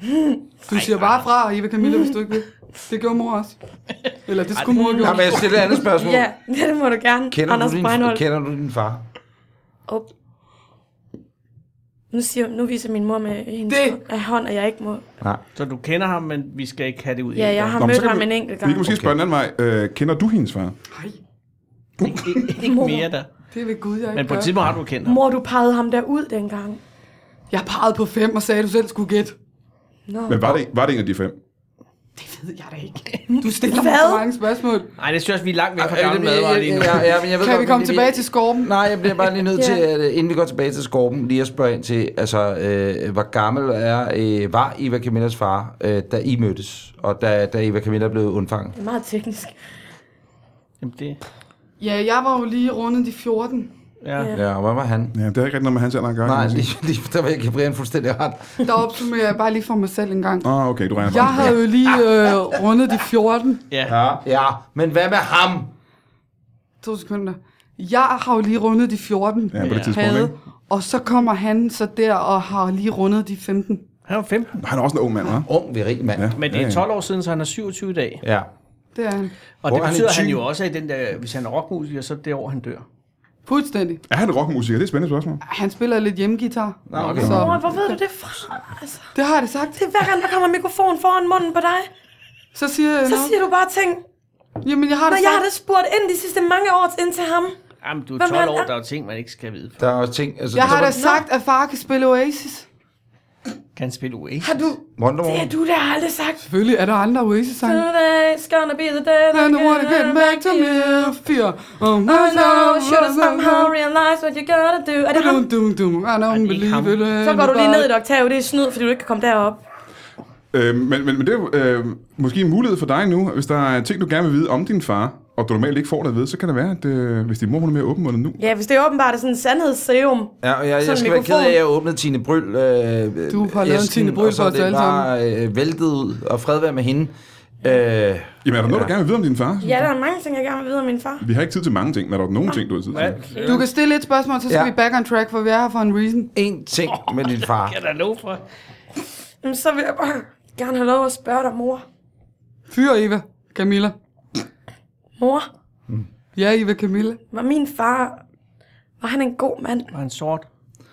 Du siger bare fra, Eva Camilla, hvis du ikke vil. Det gjorde mor også. Eller det skulle mor Ja, gøre. men jeg stiller et andet spørgsmål. Ja, det må du gerne. Kender, Anders du din, Breinholt. kender du din far? Oh. Nu, siger, nu viser min mor med hendes Det- hånd, at jeg ikke må... Nej. Så du kender ham, men vi skal ikke have det ud i. Ja, jeg har Nå, men så mødt kan ham vi- en enkelt Vi kan gang. måske spørge den anden vej. Øh, kender du hendes far? Nej, Ikke, ikke mere der. det er ved Gud, jeg Men ikke på et gør. tidspunkt har du kendt ham. Mor, du pegede ham der ud dengang. Jeg pegede på fem og sagde, at du selv skulle gætte. Nå. Men var det, var det en af de fem? Det ved jeg da ikke. Du stiller mig Hvad? så mange spørgsmål. Nej, det synes jeg også, vi er langt væk fra Ja, gamle ja, madvarer lige nu. ja, ja, men jeg ved Kan godt, vi komme men tilbage til skorpen? Nej, jeg bliver bare lige nødt Ja. til, at, øh, inden vi går tilbage til skorpen, lige at spørge ind til, altså, øh, hvor gammel er, øh, var Eva Camillas far, øh, da I mødtes, og da, da Eva Camilla blev undfanget? Det er meget teknisk. Jamen, det... Ja, jeg var jo lige rundet de fjorten. Ja. Ja, og hvad var han? Ja, det er ikke rigtig noget med hans alder at gøre. Nej, kan man lige, sige. lige, der var jeg Brian fuldstændig ret. Der opsummerer jeg bare lige for mig selv en gang. Ah, okay, du regner Jeg bare. havde jo lige øh, rundet de fjorten. Ja. Ja, ja, men hvad med ham? To sekunder. Jeg har jo lige rundet de fjorten. Ja, på det Ja. tidspunkt, Havde, ikke? og så kommer han så der og har lige rundet de femten. Han var femten. Han er også en ung mand, hva'? Ung, virig mand. Ja. Men det er tolv år siden, så han er syvogtyve i dag. Ja. Det er han. Og Hvor det er han betyder, at han tyve? jo også er i den der, hvis han er rockmusiker, så er det år, han dør. Fuldstændig. Er han rockmusiker? Det er et spændende spørgsmål. Han spiller lidt hjemmegitar. Nå, okay. Så Mor, hvor ved du det fra? Altså, det har jeg det sagt. det er hver gang, der kommer mikrofon foran munden på dig, Så siger jeg så noget. siger du bare ting. Jamen, jeg har Når det jeg har sagt. det spurgt ind de sidste mange år ind til ham. Jamen, du er Hvem tolv han år, er? der er ting, man ikke skal vide. Der er også ting... Altså, Jeg har der da sagt, at far kan spille Oasis. Kan han spille Oasis? Har du... Wonderwall. Det er du, der har aldrig sagt. Selvfølgelig er der andre Oasis-sange. Today's gonna be the day that And I wanna get back to me. Fear. Oh, no, I know, should have somehow realized what you gotta do. Er det ham? Dum, dum, dum. I don't ikke ham. believe it. Så går du lige ned i et oktav, det er snyd, fordi du ikke kan komme derop. Øh, men, men, men det er jo øh, måske en mulighed for dig nu, hvis der er ting, du gerne vil vide om din far, og du normalt ikke får det at vide, så kan det være, at øh, hvis din mor hun er mere åbenmundet nu. Ja, hvis det er åbenbart er sådan en sandhedsserum. Ja, og jeg, Sådan jeg skal en være ked mikrofon. af, at jeg åbnede Tine Bryl. Øh, Du har lavet en Tine Bryl og så for er os det alle bare øh, væltet ud, og fred være med hende. Øh, Jamen er der noget, du gerne vil vide om din far? Ja, der er mange ting, jeg gerne vil vide om min far. Vi har ikke tid til mange ting, men er der nogle ting, du har tid til? Hvad? Du kan stille et spørgsmål, så skal Ja. vi back on track, for vi er her for en reason. en ting med din far. Kan der lov for? Jamen, så vil jeg bare gerne have lov at spørge dig, mor. Fyr Eva, Camilla. Mor, Ja, Eva Camilla. var min far... Var han en god mand? Var han sort?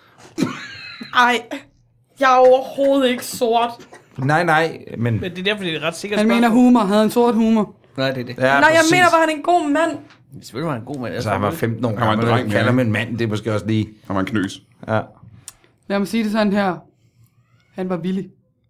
Ej, jeg er overhovedet ikke sort. Nej, nej, men... Men det er derfor, det er ret sikkert Han mener humor, havde en sort humor. Nej, det er det. Ja, Nej, jeg præcis. mener, var han en god mand? Selvfølgelig var han en god mand. Altså, han var femten år Han var en gammel, dreng, og kalder ja. man en mand, det er måske også lige... Han var en knøs. Ja. Lad mig sige det sådan her. Han var villig,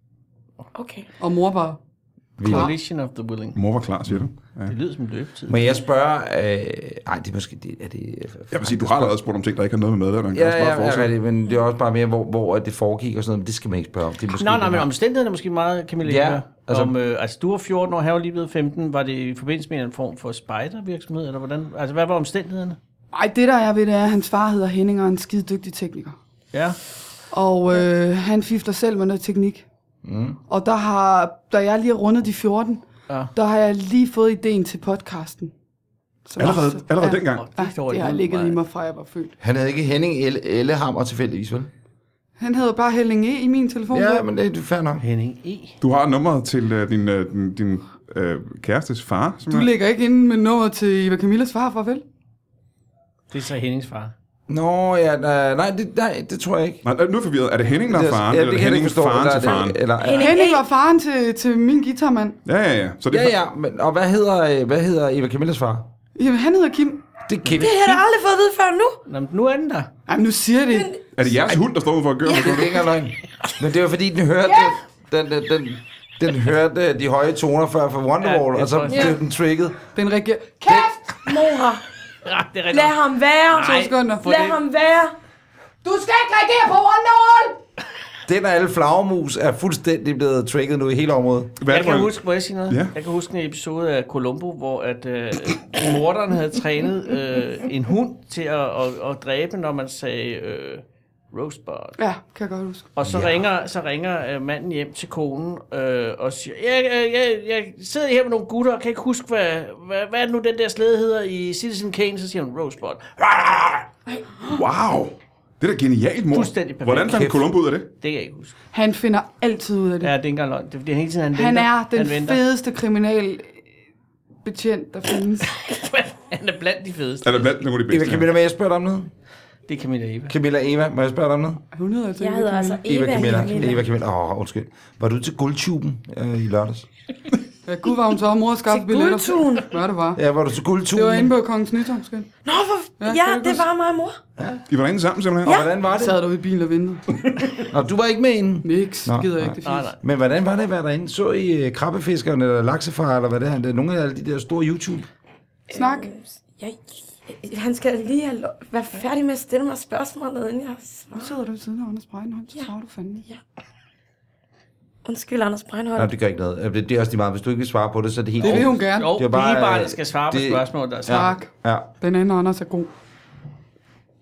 Okay. og mor var... Coalition of the Willing. Mor var klar, siger du. Ja. Det lyder som løbetid. Må jeg spørge... Øh, ej, det er måske... Det, er det, Jeg vil sige, du har allerede spurgt om ting, der ikke har noget med medlemmerne. Ja, ja, ja, rigtigt, men det er også bare mere, hvor, hvor det foregik og sådan noget, men det skal man ikke spørge om. Det er måske Nej, nej, det men her. omstændigheden er måske meget, Camilla. Ja, Ja, altså- altså, om, øh, altså, du var fjorten år, han var lige blevet femten. Var det i forbindelse med en form for spejdervirksomhed, eller hvordan? Altså, hvad var omstændighederne? Ej, det der jeg ved, det er, at hans far hedder Henning, og er en skide dygtig tekniker. Ja. Og øh, han fifter selv med noget teknik. Mm. Og der har, da jeg lige har rundet de fjorten, Ja. der har jeg lige fået ideen til podcasten. Som Allerede, også- allerede ja, dengang. Ja, Det var det har lige ligget i meget. mig, fra jeg var født. Han havde ikke Henning Elle, Ellehammer tilfældigvis, vel? Han hedder bare Helling E i min telefon. Ja, men det er fair nok. Henning E. Du har nummeret til uh, din, uh, din, din uh, kærestes far. Du simpelthen. ligger ikke inde med nummeret til Eva Camillas far, for vel? Det er så Hennings far. Nå, ja, nej, nej, det, nej, det tror jeg ikke. Nej, nu er jeg forvirret. Er det Henning, der er faren? Ja, eller det er kan jeg Henning ikke forstå. faren eller, til faren? det- eller, Henning- Henning var faren til, til min guitarmand. Ja, ja, ja. Så det er ja, ja, men, og hvad hedder, øh, hvad hedder Eva Camillas far? Jamen, han hedder Kim. Det er Kim. Det har jeg da aldrig fået at vide før nu. Nå, men nu er den der. Ej, men nu siger jeg det. Er det jeres hund, der står ude for at gøre Det er ikke engang løgn. Men det var fordi, den hørte, den, den, den, den hørte de høje toner før fra Wonderwall, Ja, og så jeg blev tror- den trigget. Den reagerer. Kæft, mor. Ja, det er rigtigt. Lad ham være. To sekunder. for Lad det- ham være. Du skal ikke reagere på Wonderwall. Den og alle flagermus er fuldstændig blevet trigget nu i hele området. Hvad er Jeg det for kan en- huske, må jeg sige noget? Ja. Jeg kan huske en episode af Columbo, hvor at øh, morderen havde trænet øh, en hund til at, at, at dræbe, når man sagde øh, Rosebud. Ja, kan jeg godt huske. Og så ja. ringer, så ringer øh, manden hjem til konen øh, og siger, jeg, jeg, jeg, jeg sidder her med nogle gutter og kan ikke huske, hvad, hvad, hvad er det nu, den der slæde hedder i Citizen Kane? Så siger hun Rosebud. Wow! Det er da genialt, mor. Fuldstændig perfekt. Hvordan fandt Kæft. Columbo ud af det? Det kan jeg ikke huske. Han finder altid ud af det. Ja, det er ikke engang løgn. Det er fordi, han hele tiden han, Han venter. er den han venter. fedeste kriminalbetjent, der findes. Han er blandt de fedeste. Er det blandt nogle af de Eva, bedste? Camilla, må jeg spørge dig om noget? Det er Camilla Eva. Camilla Eva, må jeg spørge dig om noget? Hun hedder altså Jeg Eva hedder Camilla. altså Eva, Eva Camilla. Camilla. Eva Camilla. Åh, oh, undskyld. Var du til Guldtuben øh, i lørdags? Ja, gud var hun så mor at skaffe Til billetter. Guldtun. Hvad det var. Ja, var du til Guldtuben? Det var inde på Kongens Nytorv, skøn. Nå, for... Ja, Ja, kan du det huske? var mig og mor. I var derinde sammen, simpelthen? Og hvordan var Jeg det? sad derude i bilen og ventede. Nå, du var ikke med inden. Niks, Nå, det gider jeg nej. ikke, det Nej, fint. nej. Men hvordan var det at være derinde? Så I uh, krabbefiskeren eller laksefar, eller hvad det er? Det er nogle af alle de der store YouTube. Snak. Jeg, han skal lige have lov, være færdig med at stille mig spørgsmålet, inden jeg Nu svarer. sidder du ved siden af Anders Breinholt, så Ja. svarer du fandme. Undskyld, Anders Breinholt. Nej, det gør ikke noget. Det, det er også lige meget. Hvis du ikke vil svare på det, så er det helt... Det vil hun gerne. Jo, Det er bare, pigebarnet øh, skal svare på det- spørgsmål, der er Tak. Ja. Den anden Anders er god.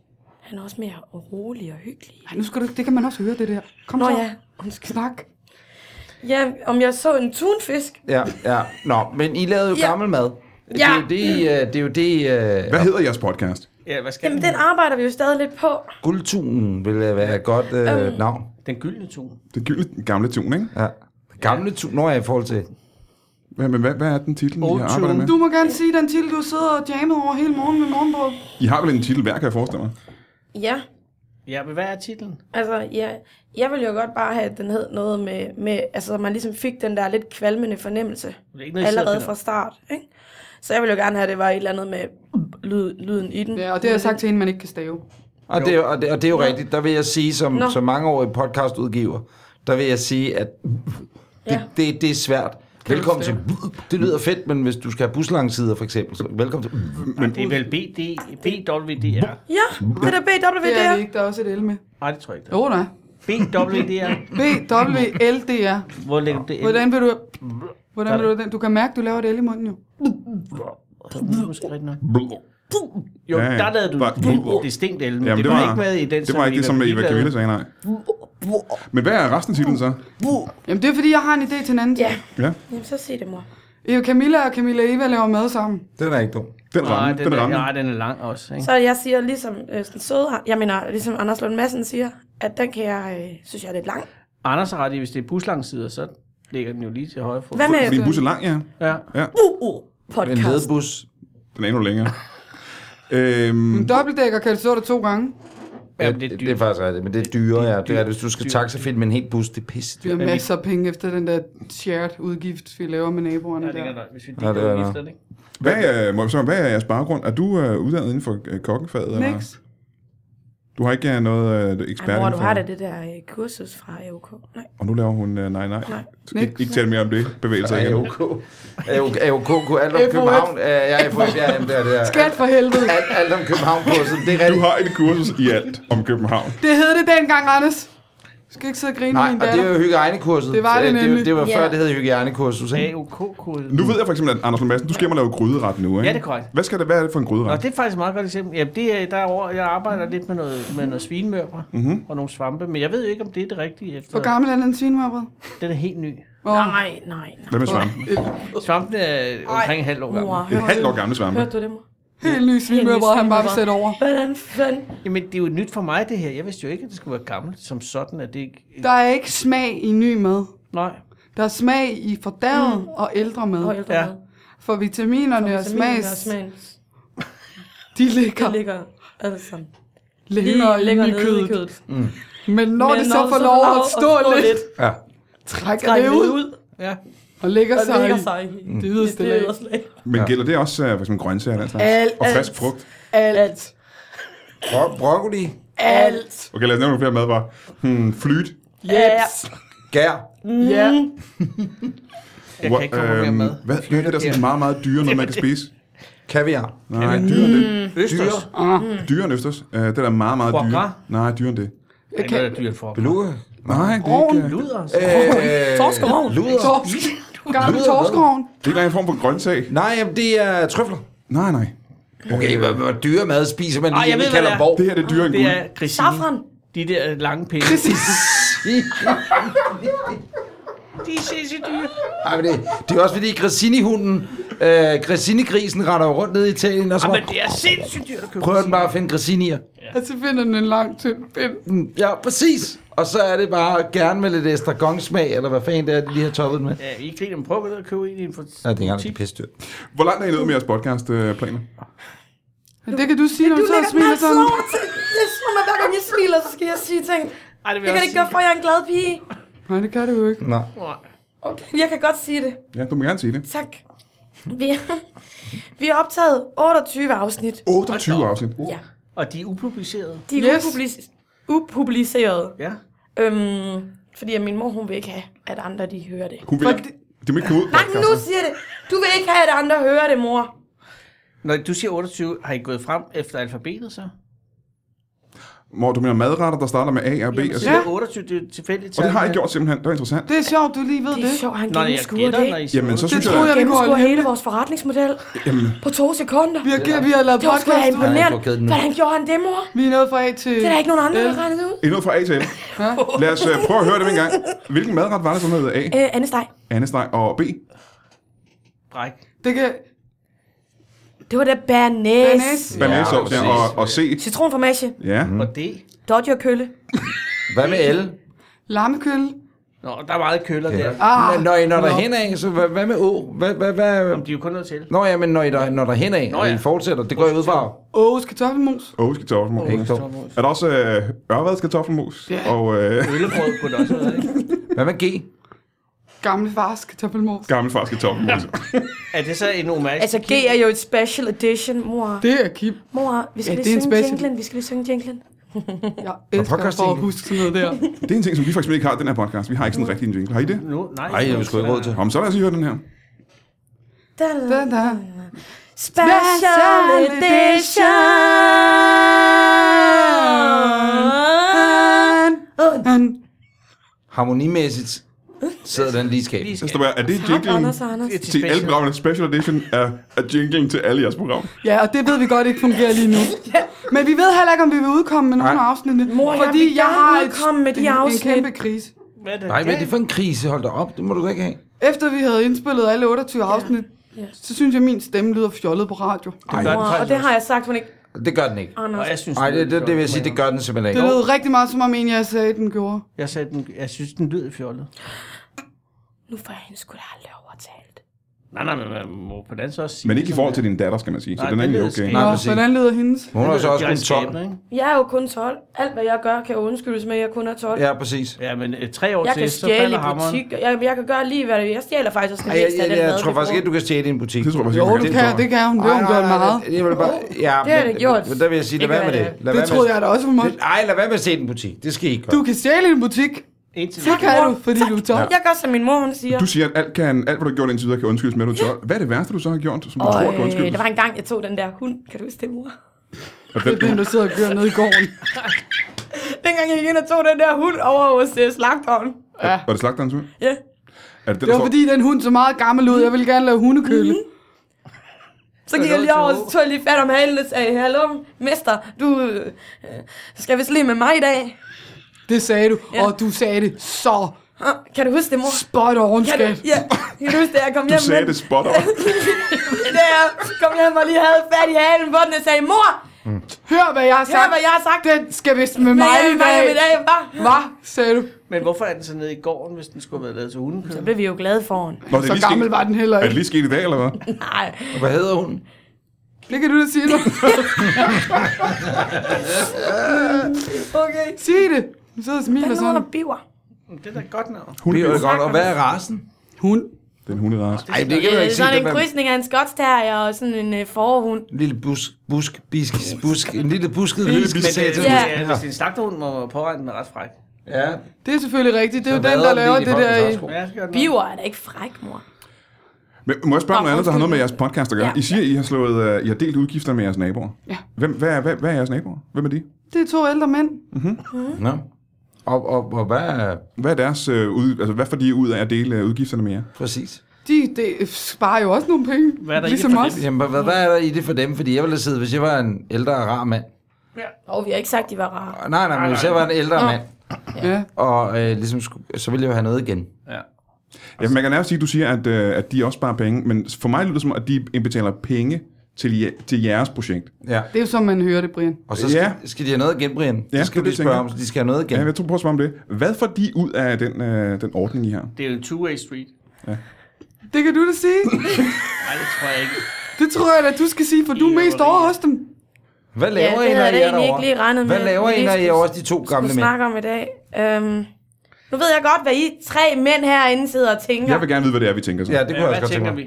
Han er også mere rolig og hyggelig. Ej, nu skal du, det kan man også høre, det der. Kom Nå så. ja, Snak. ja, om jeg så en tunfisk. Ja, ja. Nå, men I lavede jo Ja. gammel mad. Ja. Det er jo det, øh, det, er jo det øh, Hvad hedder jeres podcast? Ja, hvad skal Jamen, den? den arbejder vi jo stadig lidt på. Guldtunen vil øh, være et godt øh, Øhm. navn. Den gyldne tun. Det gyldne gamle tune, ikke? Ja. Gamle tun, når jeg i forhold til... Hvad, men hvad, hvad er den titel, I Old har arbejdet Tune. med? Du må gerne sige den til, du sidder og jammet over hele morgen med morgenbrød. I har vel en titel hver, kan jeg forestille mig? Ja, Ja, men hvad er titlen? altså, ja, jeg ville jo godt bare have, at den hed noget med, med altså, man ligesom fik den der lidt kvalmende fornemmelse. Det er ikke noget, I sidder og Allerede finder fra op. start, ikke? Så jeg ville jo gerne have, at det var et eller andet med lyd, lyden i den. Ja, og det har jeg sagt til hende, man ikke kan stave. Og det, er- og, det, og det er jo rigtigt. Der vil jeg sige, som, Nå. som mangeårig podcastudgiver, der vil jeg sige, at det, Ja. det, det er svært. Kan Velkommen du til... Det lyder fedt, men hvis du skal have buslangsider for eksempel, så velkommen til... Nej, det er vel B D, B W D R. Ja, det der B W Det er der. det ikke, der er også et L med. Nej, det tror jeg ikke. der er. Jo, der er. B W D R. B W L D R. Hvor ligger det? Hvordan vil du... Hvordan vil du den? Du kan mærke, du laver et L i munden jo. Det er måske rigtigt nok. Blå. Jo, Ja, ja. der lavede du Bare- et distinkt el, men Jamen, det var ikke med i den, Det var ikke det, som Eva Camilla sagde, nej. Men hvad er resten af titlen så? Jamen, det er fordi, jeg har en idé til en anden. Ja, Ja, jamen, så sig det, mor. Eva Camilla og Camilla Eva laver mad sammen. Den er ikke dum. den Nej, ramme, den, den er, ramme. nej, den er lang også. Ikke? Så jeg siger ligesom øh, den søde, jeg mener, ligesom Anders Lund Madsen siger, at den kan jeg, øh, synes jeg er lidt lang. Anders har ret i, hvis det er buslangsider, så ligger den jo lige til højre for. Hvad med Min bus er lang, ja. Ja. Ja, uh, uh, En podcast? ledbus. den er endnu længere. øhm, En dobbeltdækker kan du så det to gange. Ja, Jamen, det, det er det, det er faktisk rigtigt, men det er dyre, ja. Det er, hvis du skal dyrt. taxafilm med en helt bus, det er pisse Vi har dyrt. masser af penge efter den der shared udgift, vi laver med naboerne Ja, det kan der. nok, hvis vi Ja, det er deler nok. udgifterne, ikke? hvad, er, må jeg så, hvad er jeres baggrund? Er du øh, uddannet inden for øh, kokkefaget? Eller? Niks. Du har ikke øh, noget øh, ekspert Ej, mor, inden du for... har da det der øh, kursus fra A O K. Nej. Og nu laver hun øh, nej, nej. Nej. Ikke, ikke tale mere om det. Bevægelser A igen. O K. A O K kunne alt om F O F. København. Øh, Ja, F O F, ja, jamen, det er det. er- Skat for helvede. Alt, alt om København-kurset, det er Du rigtigt. har et kursus i alt om København. Det hed det dengang, Anders. Du skal ikke sidde og grine Nej, med min og det er datter. jo hygiejnekurset. Det var det Så, det, nemlig. det var før, Ja. det hed hygiejnekursus, ikke? A O K-kode. Nu ved jeg for eksempel, at Anders Lund Madsen, du skal hjem og lave gryderet nu, ikke? Ja, det er korrekt. Hvad, skal det, hvad er det for en Nå, gryderet? det er faktisk et meget godt eksempel. Jamen, det er derovre, jeg arbejder lidt med noget, med noget svinemørbrad Mhm. og nogle svampe, men jeg ved jo ikke, om det er det rigtige efter. Hvor gammel er den svinemørbrød? Den er helt ny. Oh. Nej, nej, nej. Hvad med svampen? Svampen er omkring en halv år Mor, gammel. Et halvt år gamle svampe. hørte du det, mor? Helt ny svinemørbrød, han bare vil sætte over. Hvordan fanden? Jamen, det er jo nyt for mig, det her. Jeg vidste jo ikke, at det skulle være gammelt som sådan, at det ikke... Der er ikke smag i ny mad. Nej. Der er smag i fordærvet mm. og ældre mad. Og ældre Ja. mad. For vitaminerne og Vitaminer og smags, smags. de ligger Det ligger alle sammen. længere Lige længere i nede i kødet. kødet. Men når Men det når så det får så lov får at lov stå at stå lidt, lidt, Ja. trækker trækker det det ud ud. Ja. og lægger Og det sig ligger i sig i det yderste lag. yderste lag. Men gælder det også uh, for eksempel grøntsager og den slags? Alt, Og frisk alt. frugt? alt. Bro- broccoli, Alt. Okay, lad os nævne nogle flere madvarer. Hmm, flyt. Jeps. gær, Ja. Jeg kan ikke komme mere mad. Hvad hvad er det der sådan meget, meget dyre, noget man kan spise? kaviar, Nej, dyrere end det. Østers. Dyrere end østers. Uh, det er da meget, meget Foie dyre. gras? Nej, dyrere end det. Det er noget, der er dyrt for. beluga, Nej, det er ikke... Luder. øh, Torskerovn. luder. Torsk. Gammel torskerovn. Det er ikke en form for grøntsag. Nej, jamen, det er trøfler. Nej, nej. Okay, hvor, hvor dyre mad spiser man Ej, lige, jeg vi ved, hvad kalder det er. borg. Det her det er dyrere end Det guld. er grissini. Safran. De der lange pinde. De er sindssygt dyre. Ej, men det, det er også fordi Grissini-hunden, øh, Grissini-grisen render jo rundt ned i Italien, og så Jamen, det er sindssygt dyrt at købe. prøver den bare at finde Grissinier. Og så finder den en lang tynd pind. Mm, Ja, præcis. Og så er det bare gerne med lidt estragon-smag, eller hvad fanden det er, de lige har toppet med. Ja, I griner, men prøv at købe en i en for... Ja, det er ikke engang det er pisse dyrt. Hvor langt er I nede med jeres podcast-planer? Men det kan du sige, når Du du så lægger den smiler altid sådan. over til. Det er som, at hver gang jeg smiler, så skal jeg sige ting. Ej, det vil Jeg kan også ikke gøre for, at jeg er en glad pige. Nej, det kan du jo ikke. Nej. Nej. Okay, jeg kan godt sige det. Ja, du må gerne sige det. Tak. Vi, vi har optaget otteogtyve afsnit. otteogtyve afsnit. Ja. Og de er upublicerede. De er Yes. upublis- upublicerede. Ja. Øhm, fordi at min mor, hun vil ikke have, at andre de hører det. Hun vil For ikke... De må ikke komme ud. Nej, nu siger jeg det. Du vil ikke have, at andre hører det, mor. Når du siger otteogtyve, har I gået frem efter alfabetet så? Hvor du mener madretter, der starter med A og B Jamen, og C. så er det otteogtyve, det er tilfældigt. Og det har jeg gjort simpelthen. Det var interessant. Det er sjovt, du lige ved det. Det er sjovt, han Nå, jeg gennemskuer gætter, det. når I siger Jamen, så Det synes tror jeg... jeg, det Gennemskuer går hele hele. vores forretningsmodel Jamen, på to sekunder. Vi har, vi har lavet Det var sgu da podcast. Nej, imponerende. jeg får kædet den nu. Hvordan gjorde han det, mor? Vi er nået fra A til... Det er der ikke nogen andre, der L. har regnet ud. endnu fra A til L. Lad os uh, prøve at høre det en gang. Hvilken madret var det, som hed A? Øh, Anne Steg. Andesteg og B? Bræk. Det kan... Det var da Bernæs. Bernæs. Banæssovs, ja, og, og C. Citronformage. Ja. Og det? Dodgerkølle. Hvad med L? Lammekølle. Nå, der er meget køller der. Ah, Når I når der nå. henad, så hvad, hvad med Å? Hvad, hvad, hvad? Om de er jo kun noget til. Nå ja, men når I der, når der henad, Nå og ja. I fortsætter, det går jeg ud fra. Åges kartoffelmos. Aarhus kartoffelmos. Ikke dog. Er der også øh, Ørvads kartoffelmos? Ja. Og øh, Øllebrød kunne det også være, ikke? Hvad med G? Gamle fars kartoffelmos. gammelfars kartoffelmos. Er det så en omærke? Altså, G er jo et special edition, mor. Det er Kim. Mor, vi skal Ja, lige det er en synge special. jinglen. Vi skal lige synge jinglen. Jeg elsker podcast for at jingle. huske sådan noget der. Det er en ting, som vi faktisk ikke har, den her podcast. Vi har ikke sådan en rigtig en jingle. Har I det? Nu, nej. Nej, jeg vil sgu ikke råd til. Om så lad os lige høre den her. Da, da, Den der. Special edition. Han. Harmonimæssigt sidder den lige i skabet. Lige Så står bare, er det jinglen Anders og Anders. Det er til til alle special. programmerne? Special edition er, er jinglen til alle jeres programmer. Ja, og det ved vi godt ikke fungerer lige nu. Men vi ved heller ikke, om vi vil udkomme med nogle af Nej. afsnittene. Mor, jeg fordi vil jeg gerne har et, udkomme med de en, en afsnit. kæmpe krise. Hvad er det? Nej, hvad er det for en krise? Hold da op, det må du da ikke have. Efter vi havde indspillet alle otteogtyve afsnit, så synes jeg, at min stemme lyder fjollet på radio. Ej, det gør den Mor, og faktisk det har også. jeg sagt, hun ikke. Det gør den ikke. Og Anders. jeg synes, Nej, det, det, det vil jeg fjollet. sige, det gør den simpelthen Det ikke. lød rigtig meget, som om en, jeg sagde, den gjorde. Jeg sagde, den, jeg synes, den lyder fjollet. Nu får jeg hende sgu da aldrig overtalt. Nej, nej, men man må på den anden så også sige... Men ikke i det, forhold som til din datter, skal man sige. Så Nej, den er det egentlig lyder okay. skægt. Nej, Nå, præcis. hvordan lyder hendes? Hun har så også kun tolv. skabende, ikke? Jeg er jo kun tolv. Alt, hvad jeg gør, kan undskyldes med, at jeg kun er tolv. Ja, præcis. Ja, men øh, tre år Jeg til, kan så stjæle falder i hammeren. butik. Jeg, jeg kan gøre lige, hvad det er. Jeg stjæler faktisk også Ej, det jeg, meste af jeg, den jeg, mad, tror vi faktisk bruger. ikke, du kan stjæle i en butik. Det tror jeg faktisk Jo, ikke, det man kan, det kan hun. Det har hun gjort meget. Det, jeg vil bare, ja, Det har jeg men- da gjort. men Der vil jeg sige, lad Det være med kan det. være Lad Det være troede med, jeg da også, hun måtte. Ej, lad være med at se den butik. Det skal I ikke Du gøre. kan stjæle i en butik. Indtil Så kan du, fordi du er tolv. Jeg gør, som min mor, hun siger. Du siger, at alt, kan, alt hvad du har gjort indtil videre, kan undskyldes med, at du er tolv. Hvad er det værste, du så har gjort, som du Og tror, kan øh, undskyldes? der var en gang, jeg tog den der hund. Kan du huske det, mor? Og Det er den, den, der sidder og kører ned i gården. Dengang jeg gik ind og tog den der hund over hos uh, slagteren. Ja. var det slagterens hund? Ja. Er det den, Det der var står? fordi, den hund så meget gammel ud. Jeg ville gerne lave hundekøle. Så gik jeg lige over, og så tog jeg lige fat om halen og sagde, hallo, mester, du øh, skal vist lige med mig i dag. Det sagde du, Ja. og du sagde det så Ah, kan du huske det, mor? spot on, Kan skat. du, ja, kan du huske det, jeg kom Du hjem sagde med det spot on. da jeg kom hjem og lige havde fat i halen på den og sagde, mor, Hør, hvad jeg har hør sagt. hvad jeg har sagt. Den skal vist med Men mig jeg i vil bare hjem i dag. dag, hva? Hvad, sagde du? Men hvorfor er den så nede i gården, hvis den skulle have været lavet til hundekød? Så blev vi jo glade for den. Nå, det er Så lige gammel sket. var den heller Er det ikke. lige sket i dag, eller hvad? Nej, Hvad hedder hun? Det kan du da sige nu. okay. Sig det. Du sidder og smiler Den hedder sådan. biver. Det er da godt navn. Det er jo godt. Og hvad er rasen? Hund. Den hunderace. Ej, det kan du Det er ikke sige. sådan en Det er krydsning af en skotsterrier og sådan en øh, forhund. en lille busk, busk, bisk, busk, en lille busket Lille bisk. bisk. satan. Ja. Ja, hvis det er en slagterhund, må påregne den er ret fræk. Ja. Det er selvfølgelig rigtigt. Det er jo Så den, hvad der er laver det, det de der folk, der i... tager sko? Ja, det gør den. Biver er da ikke fræk, mor. Men må jeg spørge om Nå, noget andet, der har noget med undskyld. jeres podcast at gøre? Ja. I siger, I har, slået, uh, I har delt udgifter med jeres naboer. Ja. Hvem, hvad, er, hvad, hvad er jeres naboer? Hvem er de? Det er to ældre mænd. Nå. Og, og, og hvad er Hvad er deres uh, ud, altså hvad får de ud af at dele uh, udgifterne med jer? præcis? De, de sparer jo også nogle penge. Hvad er der i ligesom det for os. dem? Jamen, hvad, hvad er der i det for dem? Fordi jeg ville have siddet, hvis jeg var en ældre rar mand. Og vi har ikke sagt, de var rare. Nej, nej, men hvis jeg var en ældre Nå. mand, Ja. og øh, ligesom, skulle- så ville jeg jo have noget igen. Ja. Ja, man kan nærmest sige, at du siger, at, uh, at de også sparer penge, men for mig lyder det som, at de indbetaler penge til, je, til jeres projekt. Ja. Det er jo som man hører det, Brian. Og så skal, Ja. skal de have noget igen, Brian. Ja, Det skal det vi tænker spørge jeg. om, så de skal have noget igen. Ja, jeg tror på at spørge om det. Hvad får de ud af den, uh, den ordning, I har? Det er jo en two-way street. Det kan du da sige. Nej, det tror jeg ikke. Det tror jeg da, du skal sige, for du er I mest er over hos dem. Hvad Ja, laver det I, når havde I jeg er egentlig ikke derovre? lige regnet med. Hvad laver vi I, lige når I er skulle- også de to gamle skulle mænd? snakke om i dag. Øhm, nu ved jeg godt, hvad I tre mænd herinde sidder og tænker. Jeg vil gerne vide, hvad det er, vi tænker så. Ja, det kunne Ja, jeg også hvad godt tænke tænker mig.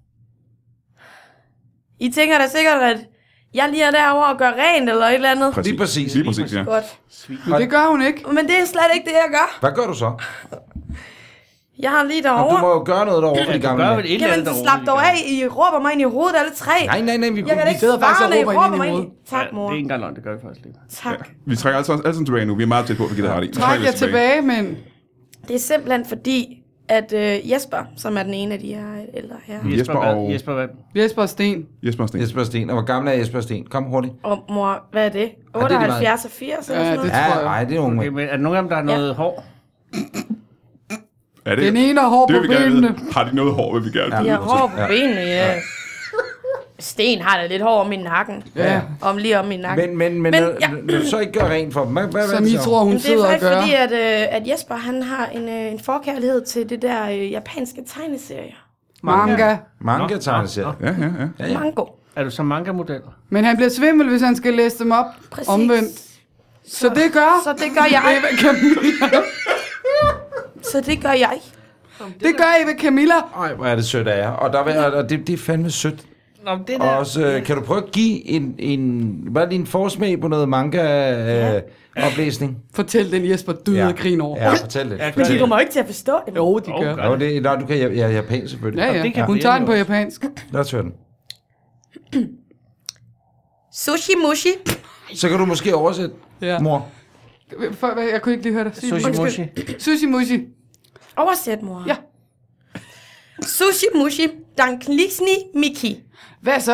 vi? I tænker da sikkert, at jeg lige er derovre og gør rent eller et eller andet. Lige præcis. Lige præcis, ja. Godt. Men det gør hun ikke. Men det er slet ikke det, jeg gør. Hvad gør du så? Jeg har lige Og du derovre. må jo gøre noget derovre for Ja, de du gamle gør vel mænd. et eller Jamen, andet så slap dog derovre, af. I råber mig ind i hovedet alle tre. Nej, nej, nej, vi, Jeg kan da vi ikke sidder faktisk svare, og når I råber råber ind i mig ind hovedet. i. Tak, Ja, mor. det er ikke engang løgn, det gør vi faktisk lidt. Tak. Vi trækker altså alle sammen tilbage nu. Vi er meget tæt på, at vi gider ret i. Træk jer tilbage, men... Det er simpelthen fordi, at øh, Jesper, som er den ene af de her ældre her, Jesper hvad? og- Jesper hvad? Jesper og Sten. Jesper Sten. Jesper Sten. Og hvor gammel er Jesper Sten? Kom hurtigt. og mor, hvad er det? det er otteoghalvfjerds og firs eller Ja, sådan noget? det- tror Ja, jeg. nej, det er unge Okay, mænd. men er der nogen af dem, der har noget Ja. hår? Er det, Den ene har hår det på vil vi gerne benene. vide. Har de noget hår, vil vi gerne De vide. har hår på Ja. benene, ja. Sten har da lidt hår om i nakken. Ja. Om lige om i nakken. Men, men, men, Men, når, ja. når du så ikke gør rent for dem, hvad, hvad, Som hvad I så? tror, hun Men det er sidder og faktisk gør. fordi, at, øh, at Jesper han har en, øh, en forkærlighed til det der øh, japanske tegneserier. Manga. Mange Nå, tegneserier. Ja, ja, ja. Ja, ja. Mango. Er du så manga-model? Men han bliver svimmel, hvis han skal læse dem op Præcis. omvendt. Så det gør... Så det gør jeg. Eva Camilla. Så det gør jeg. Det gør Eva Camilla. Ej, hvor er det sødt af jer. Og, der, vil- og det, det er fandme sødt. Nå, det Og også, øh, kan du prøve at give en, en, bare lige en forsmag på noget manga-oplæsning? Fortæl den Jesper døde af grin over. Ja, fortæl det. Ja, Men Fortæl de det. kommer ikke til at forstå det. Jo, de gør. Okay. Jo, det, nej, du kan ja, ja, japan selvfølgelig. Ja, det ja. kan Hun Brian tager den på jo. japansk. Lad os høre den. Sushi mushi. Så kan du måske oversætte, Ja. mor. For, hvad, jeg kunne ikke lige høre dig. Sig det. Sushi Undskyld. mushi. Sushi mushi. Oversæt, mor. Ja. Sushi mushi. Danklisni miki. Hvad så?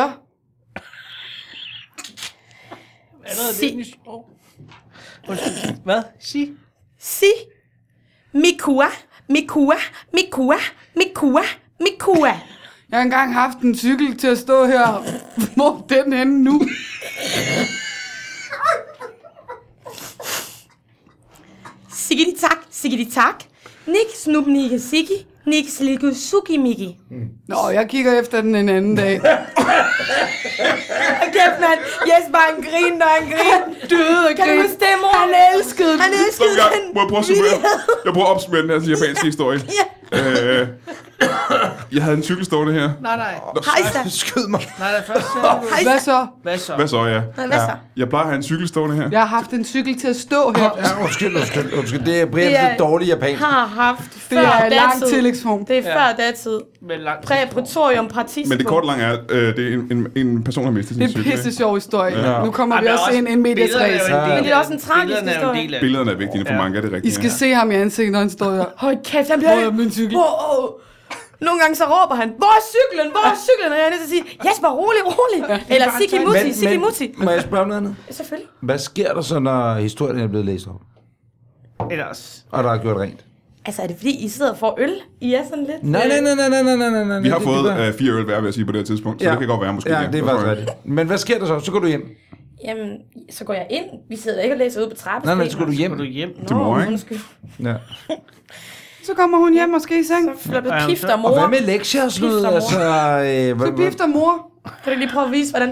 Er der Si. det? Oh. Undskyld. Hvad? Sig. Si. Mikua. Mikua. Mikua. Mikua. Mikua. Jeg har engang haft en cykel til at stå her. Hvor er den henne nu? Sigidi tak. Sigidi tak. Nik snup nike sigi. Nik sliku suki miki. Nå, jeg kigger efter den en anden dag. Og kæft, mand. Jesper, han grinede, og han grinede. Døde af Kan du grin. huske det, mor? Han elskede den. Han Stop elskede en gang. den. Må jeg prøve at summere? Jeg prøver at opsummere den her japanske historie. Ja. Øh, jeg havde en cykel stående her. Nej, nej. Hej så. Skyd mig. Nej, nej, først sagde du... Hej Hvad så. så? Hvad så? Hvad så, ja? Hvad så? Jeg plejer at have en cykel stående her. Jeg har haft en cykel til at stå her. Ja, undskyld, undskyld, undskyld. Det er Brian, Det er- det er dårlig japansk. Har haft Det før er lang datid. tillægsform. Det er før datid. Med langt. Præpretorium participium. Men det korte lange er, øh, det er en, en, en person, der har mistet sin Det er cykel. en pisse sjov historie. Ja. Nu kommer Ej, vi men også også ind i en medias billederne er jo race. en del Men det er af også en tragisk Billederne er jo en historie. del af det. Billederne er vigtige for Ja. mange, er det I rigtigt? skal se ham i ansigtet, når han står der. Hold kæft, han Hvor er bliver... min cykel? Wow. Nogle gange så råber han, hvor er cyklen, hvor er cyklen? Og jeg er nødt til at sige, Jesper, rolig, rolig. Eller Siki Mutti, Siki Mutti. må jeg spørge om noget andet? Selvfølgelig. Hvad sker der så, når historien er blevet læst op? Ellers. Og der er gjort rent? Altså, er det fordi, I sidder og får øl? I er sådan lidt... Nej, nej, nej, nej, nej, nej, nej, nej, nej. Vi har det- fået det gør- øh, fire øl hver, vil jeg sige, på det her tidspunkt. Så det kan godt være, måske. Ja, det er faktisk Hvorfor? rigtigt. Men hvad sker der så? Så går du hjem. Jamen, så går jeg ind. Vi sidder ikke og læser ud på trappen. Nej, nej, så går du hjem. Går du hjem? Til mor, ikke? Undskyld. Ja. Så kommer hun hjem måske i seng. Så flytter Ja, pifter så- mor. Og hvad med lektier og sådan noget? Pifter, Altså, øh, hvad, Så bifter mor. Kan du lige prøve at vise, hvordan...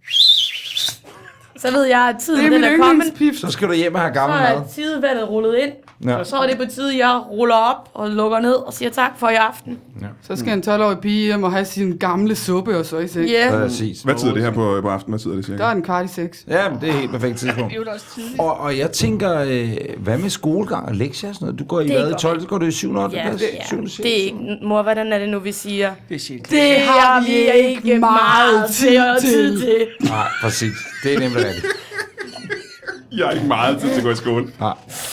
Så ved jeg, at tiden Det er den min er kommet. yndlingspift. så skal du hjem og have Så gammel er mad. tidevandet rullet ind. Ja. Og så er det på tide, jeg ruller op og lukker ned og siger tak for i aften. Så skal en tolv-årig pige hjem og have sin gamle suppe og så i seng. Ja. Yeah. Præcis. Hvad tid er det her på, på aften? Hvad tid er det cirka? Der er den kvart i seks. Ja, men det er helt perfekt tidspunkt. Det er jo da også tidligt. Og, og jeg tænker, øh, hvad med skolegang og lektier og sådan noget? Du går i Det hvad? I går tolv, så går du i syvende og Ja, ottende det, klasse? ja. syvende, det er ikke... Mor, hvordan er det nu, vi siger? Det er shit. Det har vi ikke meget til at tid til. Nej, præcis. Det er nemlig rigtigt. Jeg har ikke meget tid til at gå i skole. Nej.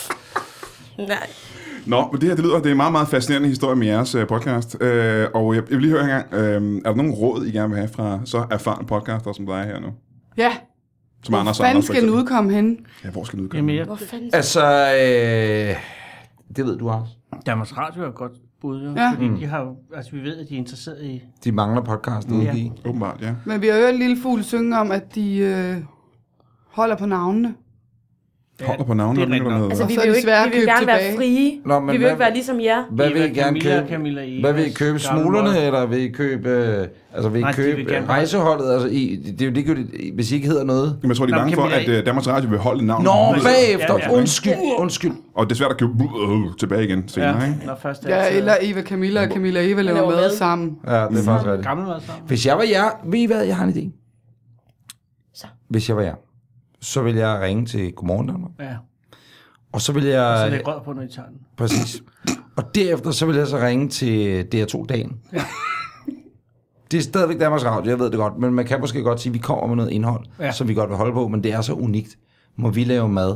Nej. Nå, men det her, det lyder, det er en meget, meget fascinerende historie med jeres uh, podcast. Uh, og jeg, jeg vil lige høre en gang, uh, er der nogen råd, I gerne vil have fra så erfarne podcaster som dig her nu? Ja. Som Anders Hvor og fanden Anders, for skal den eksempel. udkomme henne? Ja, hvor skal den udkomme? Jamen, jeg, Hvor fanden? Altså, øh, det ved du også. Danmarks Radio er et godt bud, jo. Ja. Fordi de har jo, altså vi ved, at de er interesseret i... De mangler podcast at udgive. Åbenbart, ja. Men vi har hørt Lille Fugl synge om, at de øh, holder på navnene. Holder på navnet, det er eller rigtigt noget? nok. Altså, Og vi så vil er jo de ikke, svære vi at vil jo købe gerne være tilbage. frie. Nå, men vi vil jo hvad- ikke være ligesom jer. Hvad vil I Eva, gerne Camilla, købe? Camilla, Eva, Hvad vil I købe? Smuglerne, eller vil I købe, øh, altså vil I Nej, de købe vil øh, gerne- rejseholdet? Altså, I, det er jo ligegyldigt, hvis I ikke hedder noget. Jamen, jeg tror, de er Nå, bange for, Camilla- at uh, Danmarks Radio vil holde navnet. Nå, ud. bagefter. Ja, ja. Undskyld, undskyld. Og det er svært at købe uh, tilbage igen senere, Ja, ikke? når først Ja, altid- eller Eva Camilla og Camilla Eva laver laver mad mad. sammen. Ja, det er faktisk rigtigt. Gammel mad sammen. Hvis jeg var jer, ved I hvad, jeg har en idé. Så. Hvis jeg var jer, så vil jeg ringe til Godmorgen Danmark. Ja, Og så vil så jeg... læg rød på, når I tager den. Præcis. Og derefter så vil jeg så ringe til D R to-dagen. Ja. Det er stadigvæk Danmarks Radio, jeg ved det godt, men man kan måske godt sige, at vi kommer med noget indhold, ja. som vi godt vil holde på, men det er så unikt. Må vi lave mad?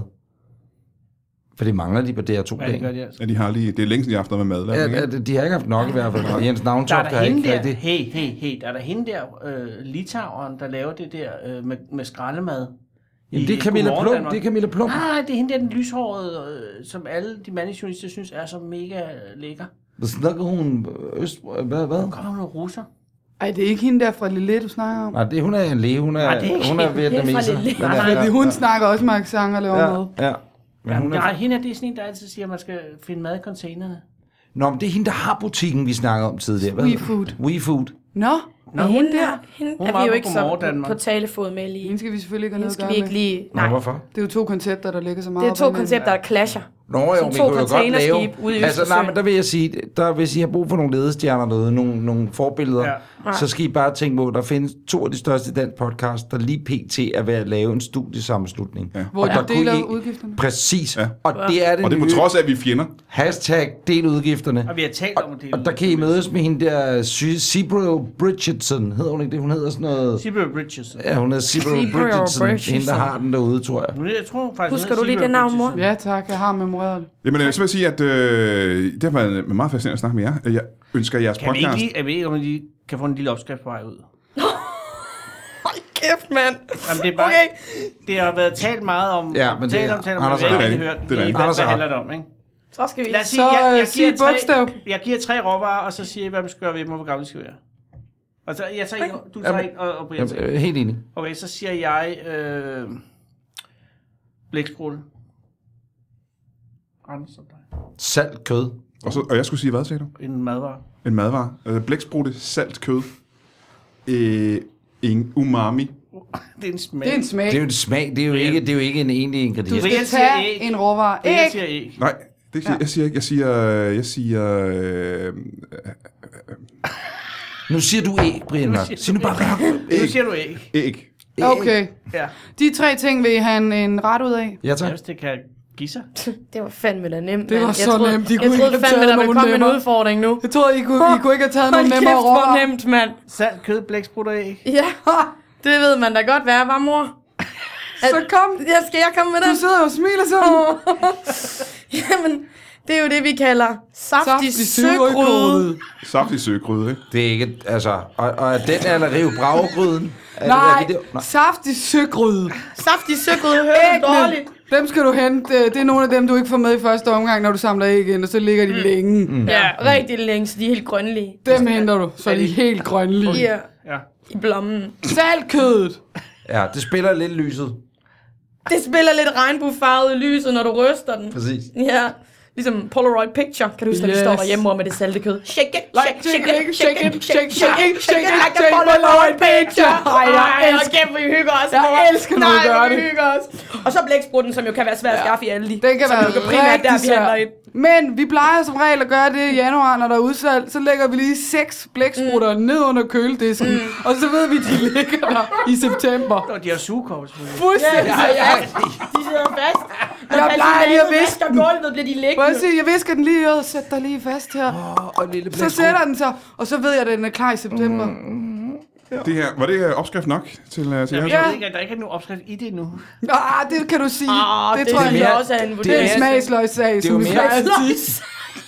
For det mangler de på D R to-dagen. Ja, det gør de altså. Ja, de har lige, det er længe siden, de har haft noget med mad. Ja, ja, de har ikke haft nok i hvert fald. Og Jens Navntoft der har ikke der, rigtig... Hey, hey, hey, der er der hende der, øh, litaueren, der laver det der øh, med, med skraldemad. Jamen, det er Camilla Plum, det er Camilla Plum. Nej, det er hende der, den lyshårede, øh, som alle de mandlige journalister synes er så mega lækker. Hvad snakker hun? Øst... Hvad? hvad? Nu kommer hun noget russer. Ej, det er ikke hende der fra Lille, du snakker om. Nej, det, hun er en læge, hun er, Nej, det er ikke hun er hende. vietnameser. Det er fra Nej, nej. Fordi hun snakker også med accent og laver Ja, mad. ja. Men Ja, hun er... nej, hende er det er sådan en, der altid siger, at man skal finde mad i containerne. Nå, men det er hende, der har butikken, vi snakkede om tidligere. Hvad WeFood. hedder det? WeFood. Nå, Nå, Men hun hende der. der, hende Hun er var vi jo på ikke Godmorgen så Danmark. på talefod med lige. hende skal vi selvfølgelig ikke have Hende noget skal at vi gøre ikke med. lige... Nå, Nej, hvorfor? Det er jo to koncepter, der ligger så meget det er op to ad hinanden. koncepter, der clasher. Nå jo, Som vi to kunne jo godt lave... containerskib ude i Altså, nej, Østersøen. men der vil jeg sige, der, hvis I har brug for nogle ledestjerner derude, nogle, nogle forbilleder, Ja. så skal I bare tænke på, der findes to af de største dansk podcast, der lige pt. Er ved at lave en studiesammenslutning. Ja. Hvor Og der de kunne deler I- udgifterne. Præcis. Ja. Og det er det Og det er på nye. trods af, at vi er fjender. Hashtag del udgifterne. Og vi har talt om det. Og der kan I mødes med hende der Cibro Bridgetson. Hedder hun ikke det? Hun hedder sådan noget... Cibro Bridges. Ja, hun hedder Cibro Cibro Bridgetson. Bridgetson. Hende, der har den derude, tror jeg. Jeg tror faktisk, Husker du lige det navn, mor? Ja tak, jeg har memoreret det. Jamen, øh, så vil jeg sige, at øh, det har været meget fascinerende at snakke med jer. Jeg ønsker jeres Kan vi podcast... ikke lige, jeg ved ikke, om vi lige kan få en lille opskrift på vej ud. Hold kæft, mand. Jamen, det er bare, Okay. det har været talt meget om, Ja, men det talt er- om, talt om, Anders men vi har har ikke ret. rigtig hørt, Det er lige, rigtigt. hvad Anders har det ret. handler det om, ikke? Så skal vi... Lad os sige, Så, jeg, øh, jeg, sig giver et bogstav. tre, jeg giver tre råvarer, og så siger jeg, hvad man skal gøre ved dem, og hvor gammel de skal være. Og så, jeg tager en, du tager en, og, og Brian Jamen, tager en. øh, helt enig. Okay, så siger jeg øh, blæksprutte. Anders og dig. Salt kød. Og, så, og jeg skulle sige, hvad sagde du? En madvare. En madvare. Øh, blæksprutte, salt, kød. Øh, en umami. Det er en smag. Det er en smag. Det er jo en smag. Det er jo ikke, det er jo ikke en egentlig Du ingrediens. skal Brian siger tage æg. en råvare. Jeg Æg. siger æg. Nej, det siger, ja. jeg siger ikke. Jeg siger... Jeg siger øh, Nu siger du æg, Brian Mørk. Sig nu bare æg. Nu siger du æg. æg. Okay. Ja. De tre ting vil I have en, en ret ud af. Ja, Jeg tak. synes, det kan give sig. Det var fandme da nemt, Det var mand. så jeg troede, nemt. De jeg kunne ikke troede have fandme, taget der ville nogen komme en nemmere. udfordring nu. Jeg troede, I kunne, I kunne ikke have taget nogle Hold nemmere kæft, hvor råvarer. nemt, mand. Salt, kød, blæksprutte og æg. Ja, det ved man da godt, hvad er, var mor? Så kom. Ja, skal jeg komme med Du den? sidder og smiler sådan. Jamen, det er jo det, vi kalder saftig Saftig søgryde. søgryde. Saftig søgryde, ikke? Det er ikke, altså... Og, og er den eller rive braggryden? Er det- Nej, er det- Nej. saftig søgryde. Saftig søgryde hører du dårligt. Dem skal du hente. Det er nogle af dem, du ikke får med i første omgang, når du samler æg ind, og så ligger de længe. Mm. Ja, rigtig længe, så de er helt grønlige. Dem henter du, så er de helt grønlige. Ja, Ja. i blommen. Saltkødet. Ja, det spiller lidt lyset. Det spiller lidt regnbuefarvet i lyset, når du ryster den. Præcis. Ja, ligesom Polaroid picture. Kan du huske, når vi Yes. står derhjemme mor, med det salte kød? Shake it, Like, shake, shake it, shake it, shake, shake it, shake it, like a shake Polaroid picture. Ej, jeg Ej, elsker- og kæft, vi hygger os. Jeg mor. elsker, når du Nej, gør hvor vi det. hygger os. Og så blæksprutten, som jo kan være svær at skaffe i Aldi. Den kan Som være jo primært der, rigtig vi handler svær. ind. Men vi plejer som regel at gøre det i januar, når der er udsalg. Så lægger vi lige seks blæksprutter mm. ned under køledisken. Mm. Og så ved vi, at de ligger der i september. Og de har sugekår, selvfølgelig. Fuldstændig. Ja, ja, de sidder fast. Når Jeg plejer lige at personalet viske vasker gulvet, bliver de Må liggende. jeg sige, jeg visker den lige ud og sætter dig lige fast her. Og en lille Så sætter den sig, og så ved jeg, at den er klar i september. Det her, var det øh, opskrift nok til, uh, til Jamen, jeres? jeg ved ikke, at der ikke er nogen opskrift i det endnu. Ah, det kan du sige. Ah, det, det tror jeg synes mere, jeg også er en det er vurdering. en smagsløgssag, er som jo vi mere- plejer at sige.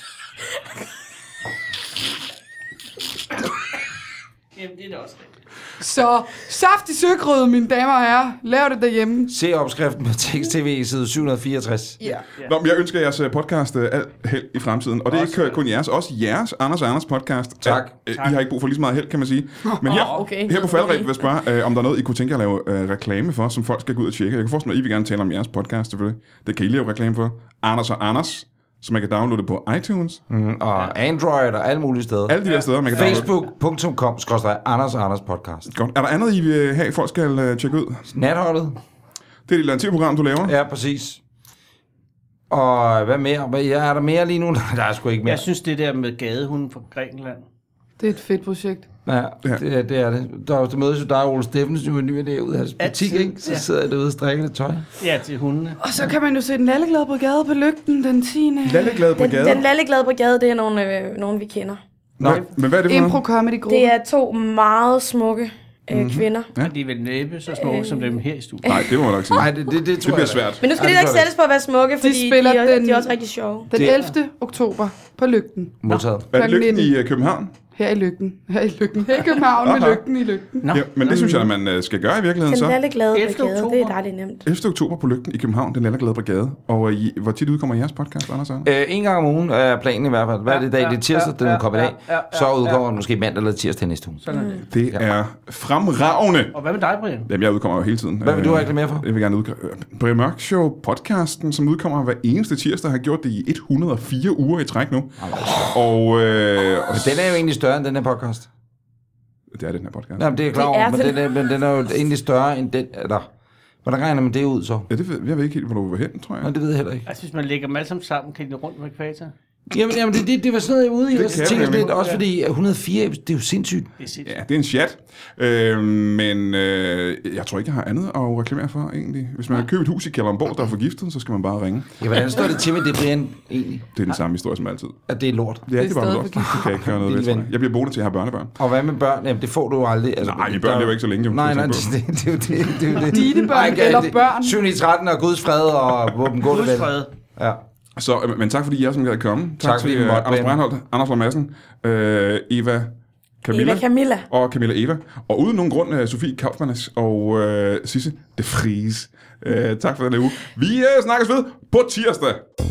Jamen, det er da også rigtigt. Så saftig søgryde, mine damer og herrer. Lav det derhjemme. Se opskriften på tekst-tv side syv hundrede fireogtres. Ja. Nå, men jeg ønsker jeres øh, podcast uh, alt held i fremtiden. Og det er ikke øh, kun jeres, også jeres, Anders og Anders podcast. Tak. Uh, I har ikke brug for lige så meget held, kan man sige. Men her, Åh, okay. her på Falderæb vil jeg spørge, uh, om der er noget, I kunne tænke jer at lave uh, reklame for, som folk skal gå ud og tjekke. Jeg kan forestille mig, at I vil gerne tale om jeres podcast, selvfølgelig. Det kan I lave reklame for. Anders og Anders, som man kan downloade på iTunes. Mm, og Android og alle mulige steder. Alle de der steder, man kan downloade. Facebook punktum com skråstreg Anders og Anders podcast. Godt. Er der andet, I vil have, folk skal uh, tjekke ud? Natholdet. Det er et lille program, du laver. Ja, præcis. Og hvad mere? Hvad, ja, er der mere lige nu? Nej, der er sgu ikke mere. Jeg synes, det der med gadehunden fra Grækenland, Det er et fedt projekt. Ja, Ja. det, er- det er det. Der, der mødes jo dig og Ole Steffensen, jo nu er det ud af hans butik, Altid, ikke? Så ja. sidder jeg derude og strikker lidt tøj. Ja, til hundene. Og så kan man jo se den lalleglade brigade på Lygten den tiende Lalleglade Den, brigade. den lalleglade brigade, det er nogle, øh, nogen, vi kender. Nå, Hvad- Men hvad er det for Impro noget? Comedy Gruppe. Det er to meget smukke øh, Mhm. mm-hmm. kvinder. Ja. Og de er vel næppe så små som dem her i studiet. Nej, det må man nok sige. nej, det, det, det, Det tror bliver jeg svært. Men nu skal Ja, de det da ikke tror jeg sættes på at være smukke, fordi de, spiller de, er, den- de er også rigtig sjove. Den Det- ellevte oktober på Lygten. Modtaget. Er det klokken Lygten i nitten. øh, København? Her i Lygten. Her i Lygten. Her i København med Aha. Lygten i Lygten. Nå, Ja, men det synes jeg, at man øh, skal gøre i virkeligheden Den så. lalleglade ellevte brigade, det er oktober. dejligt nemt. ellevte oktober på Lygten i København, den lalleglade brigade. Og øh, I, hvor tit udkommer jeres podcast, Anders? Arne? Øh, en gang om ugen er planen i hvert fald. Hvad er det i dag? Det er tirsdag, den er kommet af. ja, ja, Så ja, udkommer ja. den måske mandag eller tirsdag næste uge. sådan er det. Det er fremragende. Og hvad med dig, Brian? Jamen, jeg udkommer jo hele tiden. Hvad vil du Øh, reklamere for? Jeg vil gerne udkomme. Brian Mørk Show podcasten, som udkommer hver eneste tirsdag, har gjort det i et hundrede og fire uger i træk nu. Og, øh, og Men den er jo egentlig større end den her podcast. det er den her podcast. Jamen, det er jeg klar Det over, er men den. den, er, men den er jo egentlig større end den. Eller, hvordan regner man det ud så? Ja, det ved, jeg ved ikke helt, hvor du vil hen, tror jeg. Nå, det ved jeg heller ikke. Altså, hvis man lægger dem alle sammen sammen, kan de rundt med ekvator. Jamen, jamen det, det, det var sådan noget, jeg var ude i. Det Og så kan tænkte jeg jeg lidt, nemlig. også fordi et hundrede og fire, det er jo sindssygt. Det er sindssygt. Ja, det er en chat. Øh, men øh, jeg tror ikke, jeg har andet at reklamere for, egentlig. Hvis man har købt et hus i Kalundborg, der er forgiftet, så skal man bare ringe. Ja, hvordan står det til med det, Brian, egentlig? Det er den samme historie som altid. At det er lort. Ja, det er bare stadig lort. Det kan jeg ikke gøre noget ved, Lille tror jeg. Jeg bliver boende til at have børnebørn. Og hvad med børn? Jamen, det får du jo aldrig. Altså, Nej, mine børn der- lever ikke så længe, jo. Nej, nej, Det det, er det, det, er jo det, det, er jo det. Dine børn Ej, eller det- børn? syv ni tretten og Guds fred og våben gå det vel. Gudsfred. Ja. Så, øh, men tak fordi I er som gad komme. Tak, Tak, tak fordi til I måtte, uh, Anders Ben. Breinholt, Anders Lund Madsen, øh, Eva Camilla, Eva Camilla. og Camilla Eva. Og uden nogen grund, uh, Sofie Kaufmanns og uh, Sisse de Vries. Uh, tak for den her uge. Vi uh, snakkes ved på tirsdag.